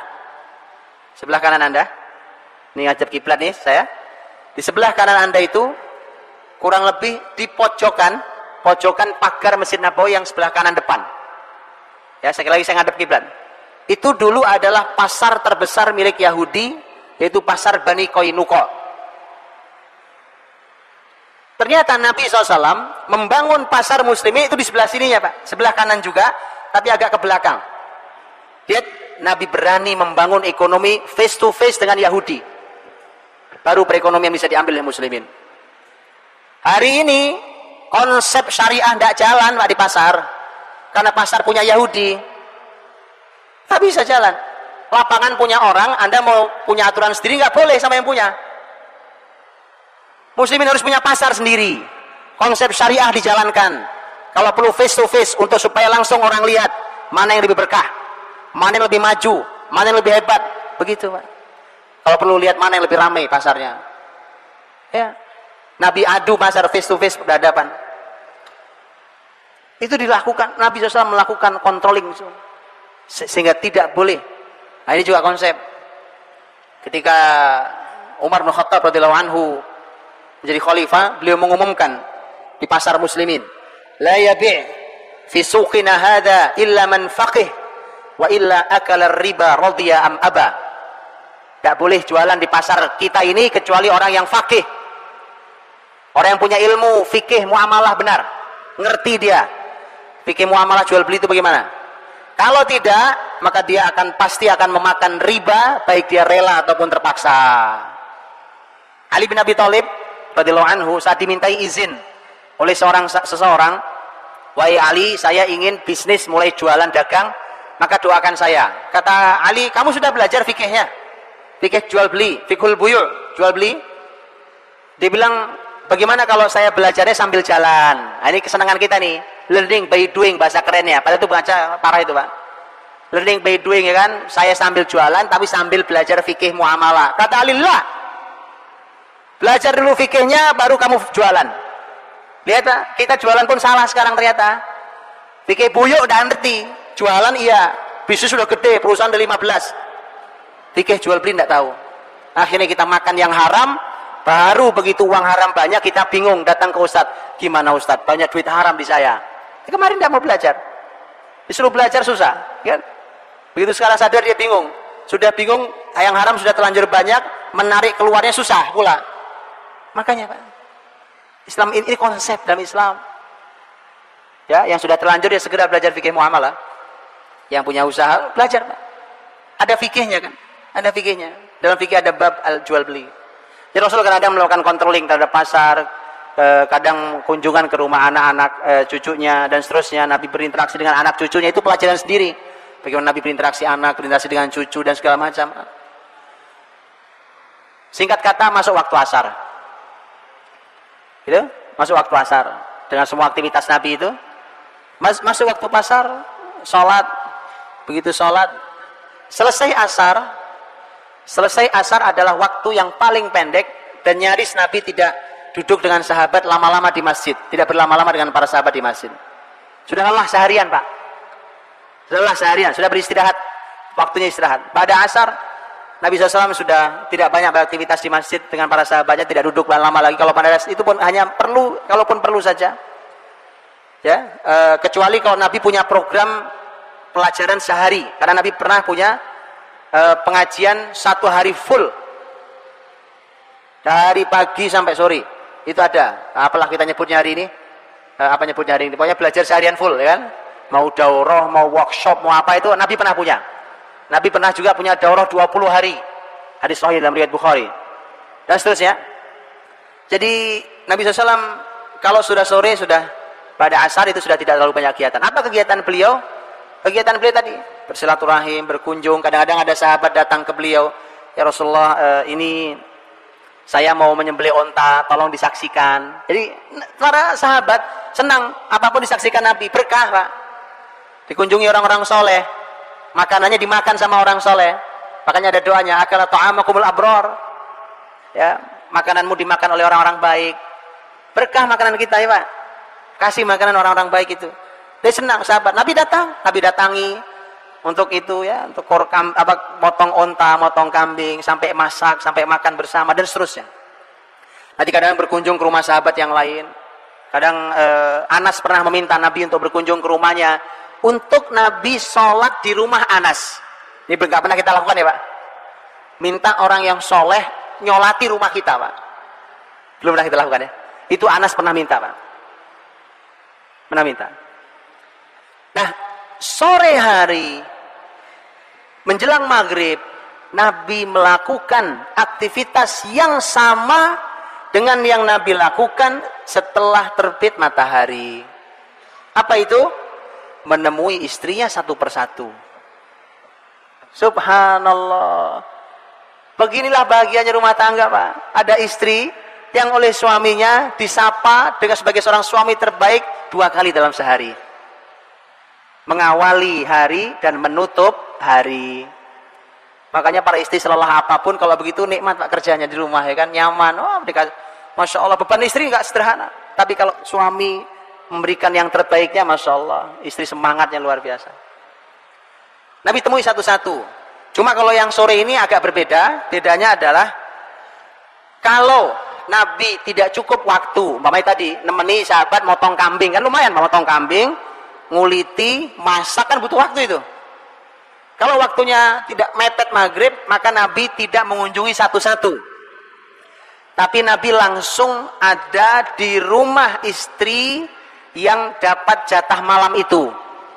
A: ini ngadep kiblat nih saya. Di sebelah kanan Anda itu kurang lebih di pojokan pagar Masjid Nabawi yang sebelah kanan depan. Ya, sekali lagi saya ngadep kiblat. Itu dulu adalah pasar terbesar milik Yahudi, yaitu pasar Bani Qainuqa. Ternyata Nabi SAW membangun pasar muslimin itu di sebelah sininya, Pak. Sebelah kanan juga, tapi agak ke belakang. Lihat, Nabi berani membangun ekonomi face to face dengan Yahudi. Baru perekonomian bisa diambil oleh muslimin. Hari ini, konsep syariah tidak jalan, Pak, di pasar. Karena pasar punya Yahudi. Tak bisa jalan. Lapangan punya orang, Anda mau punya aturan sendiri, nggak boleh sama yang punya. Muslimin harus punya pasar sendiri. Konsep syariah dijalankan. Kalau perlu face to face untuk supaya langsung orang lihat mana yang lebih berkah, mana yang lebih maju, mana yang lebih hebat. Begitu, Pak. Kalau perlu lihat mana yang lebih ramai pasarnya. Ya. Nabi adu pasar face to face berhadapan. Itu dilakukan. Nabi SAW melakukan controlling sehingga tidak boleh. Nah, ini juga konsep. Ketika Umar bin Khattab radhiyallahu anhu menjadi khalifah, beliau mengumumkan di pasar muslimin, la yabi' fi suqina hadha illa man faqih wa illa akala riba radiya am aba. Tidak boleh jualan di pasar kita ini kecuali orang yang faqih, orang yang punya ilmu fikih muamalah benar, ngerti dia fikih muamalah jual beli itu bagaimana. Kalau tidak, maka dia pasti akan memakan riba, baik dia rela ataupun terpaksa. Ali bin Abi Thalib radhiyallahu anhu saat dimintai izin oleh seseorang, wahai Ali, saya ingin bisnis mulai jualan dagang, maka doakan saya. Kata Ali, kamu sudah belajar fikihnya? Fikih jual beli, fikhul buyu', jual beli? Dia bilang, bagaimana kalau saya belajarnya sambil jalan? Nah, ini kesenangan kita nih, learning by doing, bahasa kerennya. Padahal itu baca parah itu, Pak. Learning by doing, ya kan? Saya sambil jualan tapi sambil belajar fikih muamalah. Kata Ali, lah, belajar dulu fikihnya baru kamu jualan. Lihat, kita jualan pun salah sekarang ternyata. Fikih buyuk udah ngerti, jualan iya, bisnis sudah gede, perusahaan udah 15. Fikih jual beli tidak tahu. Akhirnya kita makan yang haram, baru begitu uang haram banyak kita bingung datang ke Ustadz. Gimana Ustadz? Banyak duit haram di saya. Kemarin tidak mau belajar. Disuruh belajar susah, kan? Begitu sekarang sadar dia bingung. Sudah bingung, yang haram sudah terlanjur banyak, menarik keluarnya susah pula. Makanya, Pak, Islam ini konsep dalam Islam. Ya, yang sudah terlanjur ya segera belajar fikih muamalah. Yang punya usaha belajar, Pak. Ada fikihnya kan? Ada fikihnya. Dalam fikih ada bab jual beli. Jadi Rasul kadang melakukan controlling terhadap pasar, kadang kunjungan ke rumah anak-anak cucunya dan seterusnya. Nabi berinteraksi dengan anak cucunya, itu pelajaran sendiri. Bagaimana Nabi berinteraksi berinteraksi dengan cucu dan segala macam. Singkat kata, masuk waktu asar. Gitu? Masuk waktu asar dengan semua aktivitas Nabi itu. Masuk waktu pasar, sholat. Begitu sholat, selesai asar adalah waktu yang paling pendek, dan nyaris Nabi tidak duduk dengan sahabat lama-lama di masjid, tidak berlama-lama dengan para sahabat di masjid. Sudah lelah seharian, Pak. Sudah lelah seharian, sudah beristirahat, waktunya istirahat. Pada asar, Nabi SAW sudah tidak banyak beraktivitas di masjid dengan para sahabatnya, tidak duduk lama lagi. Kalau pada itu pun hanya perlu, kalaupun perlu saja. Ya, kecuali kalau Nabi punya program pelajaran sehari, karena Nabi pernah punya pengajian 1 hari full dari pagi sampai sore. Itu ada. Apalah kita nyebutnya hari ini? Apa nyebutnya hari ini? Pokoknya belajar seharian full, ya kan? Mau daurah, mau workshop, mau apa itu Nabi pernah punya. Nabi pernah juga punya daurah 20 hari. Hadis sahih dalam riwayat Bukhari. Dan seterusnya. Jadi Nabi SAW kalau sudah sore, sudah pada asar itu sudah tidak terlalu banyak kegiatan. Apa kegiatan beliau? Kegiatan beliau tadi bersilaturahim, berkunjung. Kadang-kadang ada sahabat datang ke beliau, ya Rasulullah, ini saya mau menyembelih onta, tolong disaksikan. Jadi para sahabat senang apapun disaksikan Nabi, berkah Pak. Dikunjungi orang-orang soleh, makanannya dimakan sama orang soleh. Makanya ada doanya, akala ta'amakumul abror. Ya, makananmu dimakan oleh orang-orang baik. Berkah makanan kita ya Pak. Kasih makanan orang-orang baik itu. Dia senang sahabat. Nabi datangi untuk itu ya, untuk motong onta, motong kambing, sampai masak, sampai makan bersama dan seterusnya. Nanti kadang berkunjung ke rumah sahabat yang lain. Kadang Anas pernah meminta Nabi untuk berkunjung ke rumahnya, untuk Nabi sholat di rumah Anas. Ini belum pernah kita lakukan ya Pak. Minta orang yang soleh nyolati rumah kita Pak. Belum pernah kita lakukan ya. Itu Anas pernah minta Pak. Pernah minta. Nah, sore hari menjelang maghrib, Nabi melakukan aktivitas yang sama dengan yang Nabi lakukan setelah terbit matahari. Apa itu? Menemui istrinya satu persatu. Subhanallah. Beginilah bahagianya rumah tangga Pak. Ada istri yang oleh suaminya disapa dengan sebagai seorang suami terbaik 2 kali dalam sehari. Mengawali hari dan menutup hari. Makanya para istri selelah apapun kalau begitu nikmat Pak kerjanya di rumah ya kan, nyaman. Oh, Masya Allah, beban istri nggak sederhana. Tapi kalau suami memberikan yang terbaiknya, Masya Allah, istri semangatnya luar biasa. Nabi temui satu-satu. Cuma kalau yang sore ini agak berbeda. Bedanya adalah kalau Nabi tidak cukup waktu, umpamanya tadi nemeni sahabat motong kambing, kan lumayan motong kambing, nguliti, masak kan butuh waktu itu. Kalau waktunya tidak mepet maghrib, maka Nabi tidak mengunjungi satu-satu. Tapi Nabi langsung ada di rumah istri yang dapat jatah malam itu.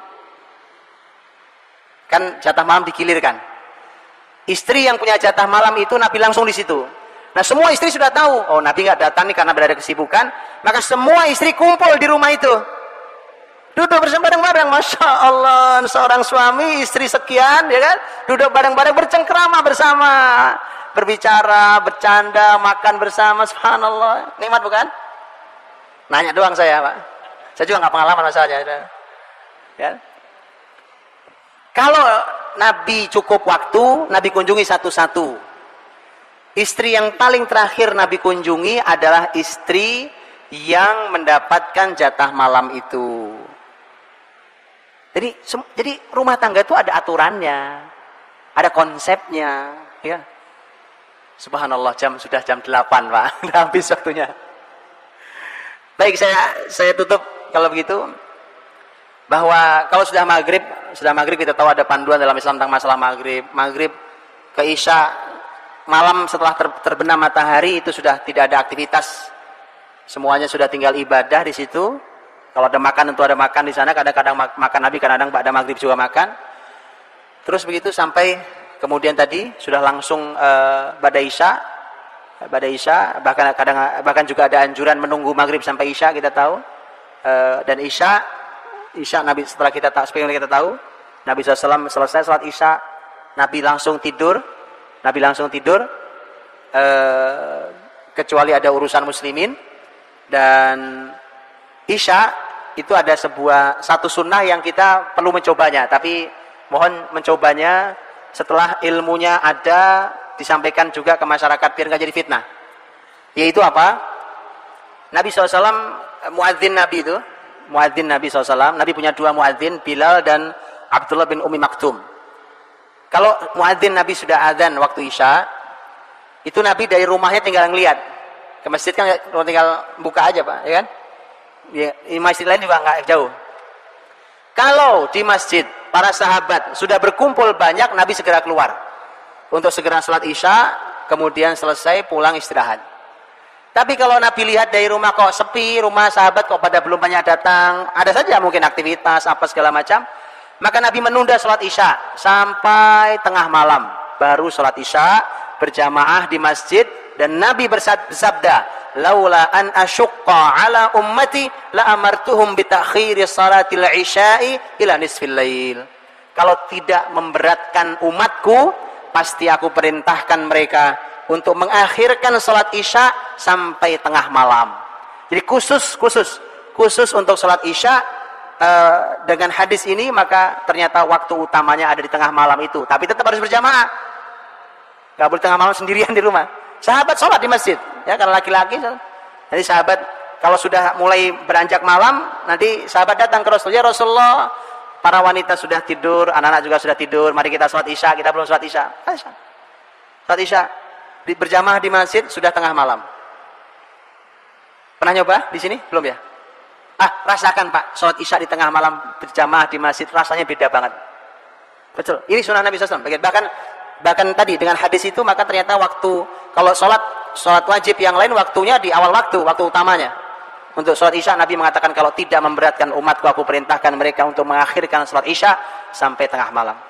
A: Kan jatah malam digilirkan. Istri yang punya jatah malam itu Nabi langsung di situ. Nah semua istri sudah tahu, oh Nabi nggak datang nih karena berada kesibukan, maka semua istri kumpul di rumah itu. Duduk bersama bareng-bareng, Masya Allah, seorang suami, istri sekian, ya kan? Duduk bareng-bareng, bercengkrama bersama, berbicara, bercanda, makan bersama, subhanallah. Nikmat bukan? Nanya doang saya Pak. Saya juga nggak pengalaman masalahnya. Ya. Kalau Nabi cukup waktu, Nabi kunjungi satu-satu. Istri yang paling terakhir Nabi kunjungi adalah istri yang mendapatkan jatah malam itu. Jadi rumah tangga itu ada aturannya, ada konsepnya, ya. Subhanallah, sudah jam 8 Pak, udah habis waktunya. Baik, saya tutup kalau begitu. Bahwa kalau sudah maghrib kita tahu ada panduan dalam Islam tentang masalah maghrib ke isya, malam setelah terbenam matahari itu sudah tidak ada aktivitas, semuanya sudah tinggal ibadah di situ. Kalau ada makan tentu ada makan di sana, kadang-kadang makan Nabi, kadang-kadang ba'da maghrib juga makan. Terus begitu sampai kemudian tadi sudah langsung ba'da isya, bahkan juga ada anjuran menunggu maghrib sampai isya kita tahu. Dan isya Nabi setelah kita tahu, Nabi SAW selesai salat isya, Nabi langsung tidur, kecuali ada urusan muslimin. Dan isya itu ada satu sunnah yang kita perlu mencobanya, tapi mohon mencobanya setelah ilmunya ada, disampaikan juga ke masyarakat biar nggak jadi fitnah. Yaitu apa? Nabi SAW muadzin Nabi SAW, Nabi punya 2 muadzin, Bilal dan Abdullah bin Ummi Maktum. Kalau muadzin Nabi sudah adzan waktu isya, itu Nabi dari rumahnya tinggal ngelihat. Ke masjid kan tinggal buka aja Pak, ya kan? Ya, di masjid lain juga nggak jauh. Kalau di masjid para sahabat sudah berkumpul banyak, Nabi segera keluar untuk segera sholat isya, kemudian selesai pulang istirahat. Tapi kalau Nabi lihat dari rumah kok sepi, rumah sahabat kok pada belum banyak datang, ada saja mungkin aktivitas apa segala macam, maka Nabi menunda sholat isya sampai tengah malam, baru sholat isya berjamaah di masjid. Dan Nabi bersabda, laula an asyqa ala ummati la amartuhum bi ta'khiri salatil isya'i ila nisfil lail. Kalau tidak memberatkan umatku, pasti aku perintahkan mereka untuk mengakhirkan salat isya sampai tengah malam. Jadi khusus untuk salat isya, dengan hadis ini maka ternyata waktu utamanya ada di tengah malam itu, tapi tetap harus berjamaah. Enggak boleh tengah malam sendirian di rumah. Sahabat sholat di masjid, ya, kalau laki-laki. Jadi sahabat kalau sudah mulai beranjak malam, nanti sahabat datang ke Rasulullah, ya Rasulullah, para wanita sudah tidur, anak-anak juga sudah tidur, mari kita sholat isya, kita belum sholat isya. Sholat isya berjamaah di masjid sudah tengah malam. Pernah nyoba di sini? Belum ya? Rasakan Pak, sholat isya di tengah malam berjamaah di masjid, rasanya beda banget. Betul, ini sunnah Nabi SAW. Bahkan tadi dengan hadis itu, maka ternyata waktu kalau sholat wajib yang lain waktunya di awal waktu utamanya. Untuk sholat isya Nabi mengatakan kalau tidak memberatkan umatku, aku perintahkan mereka untuk mengakhirkan sholat isya sampai tengah malam.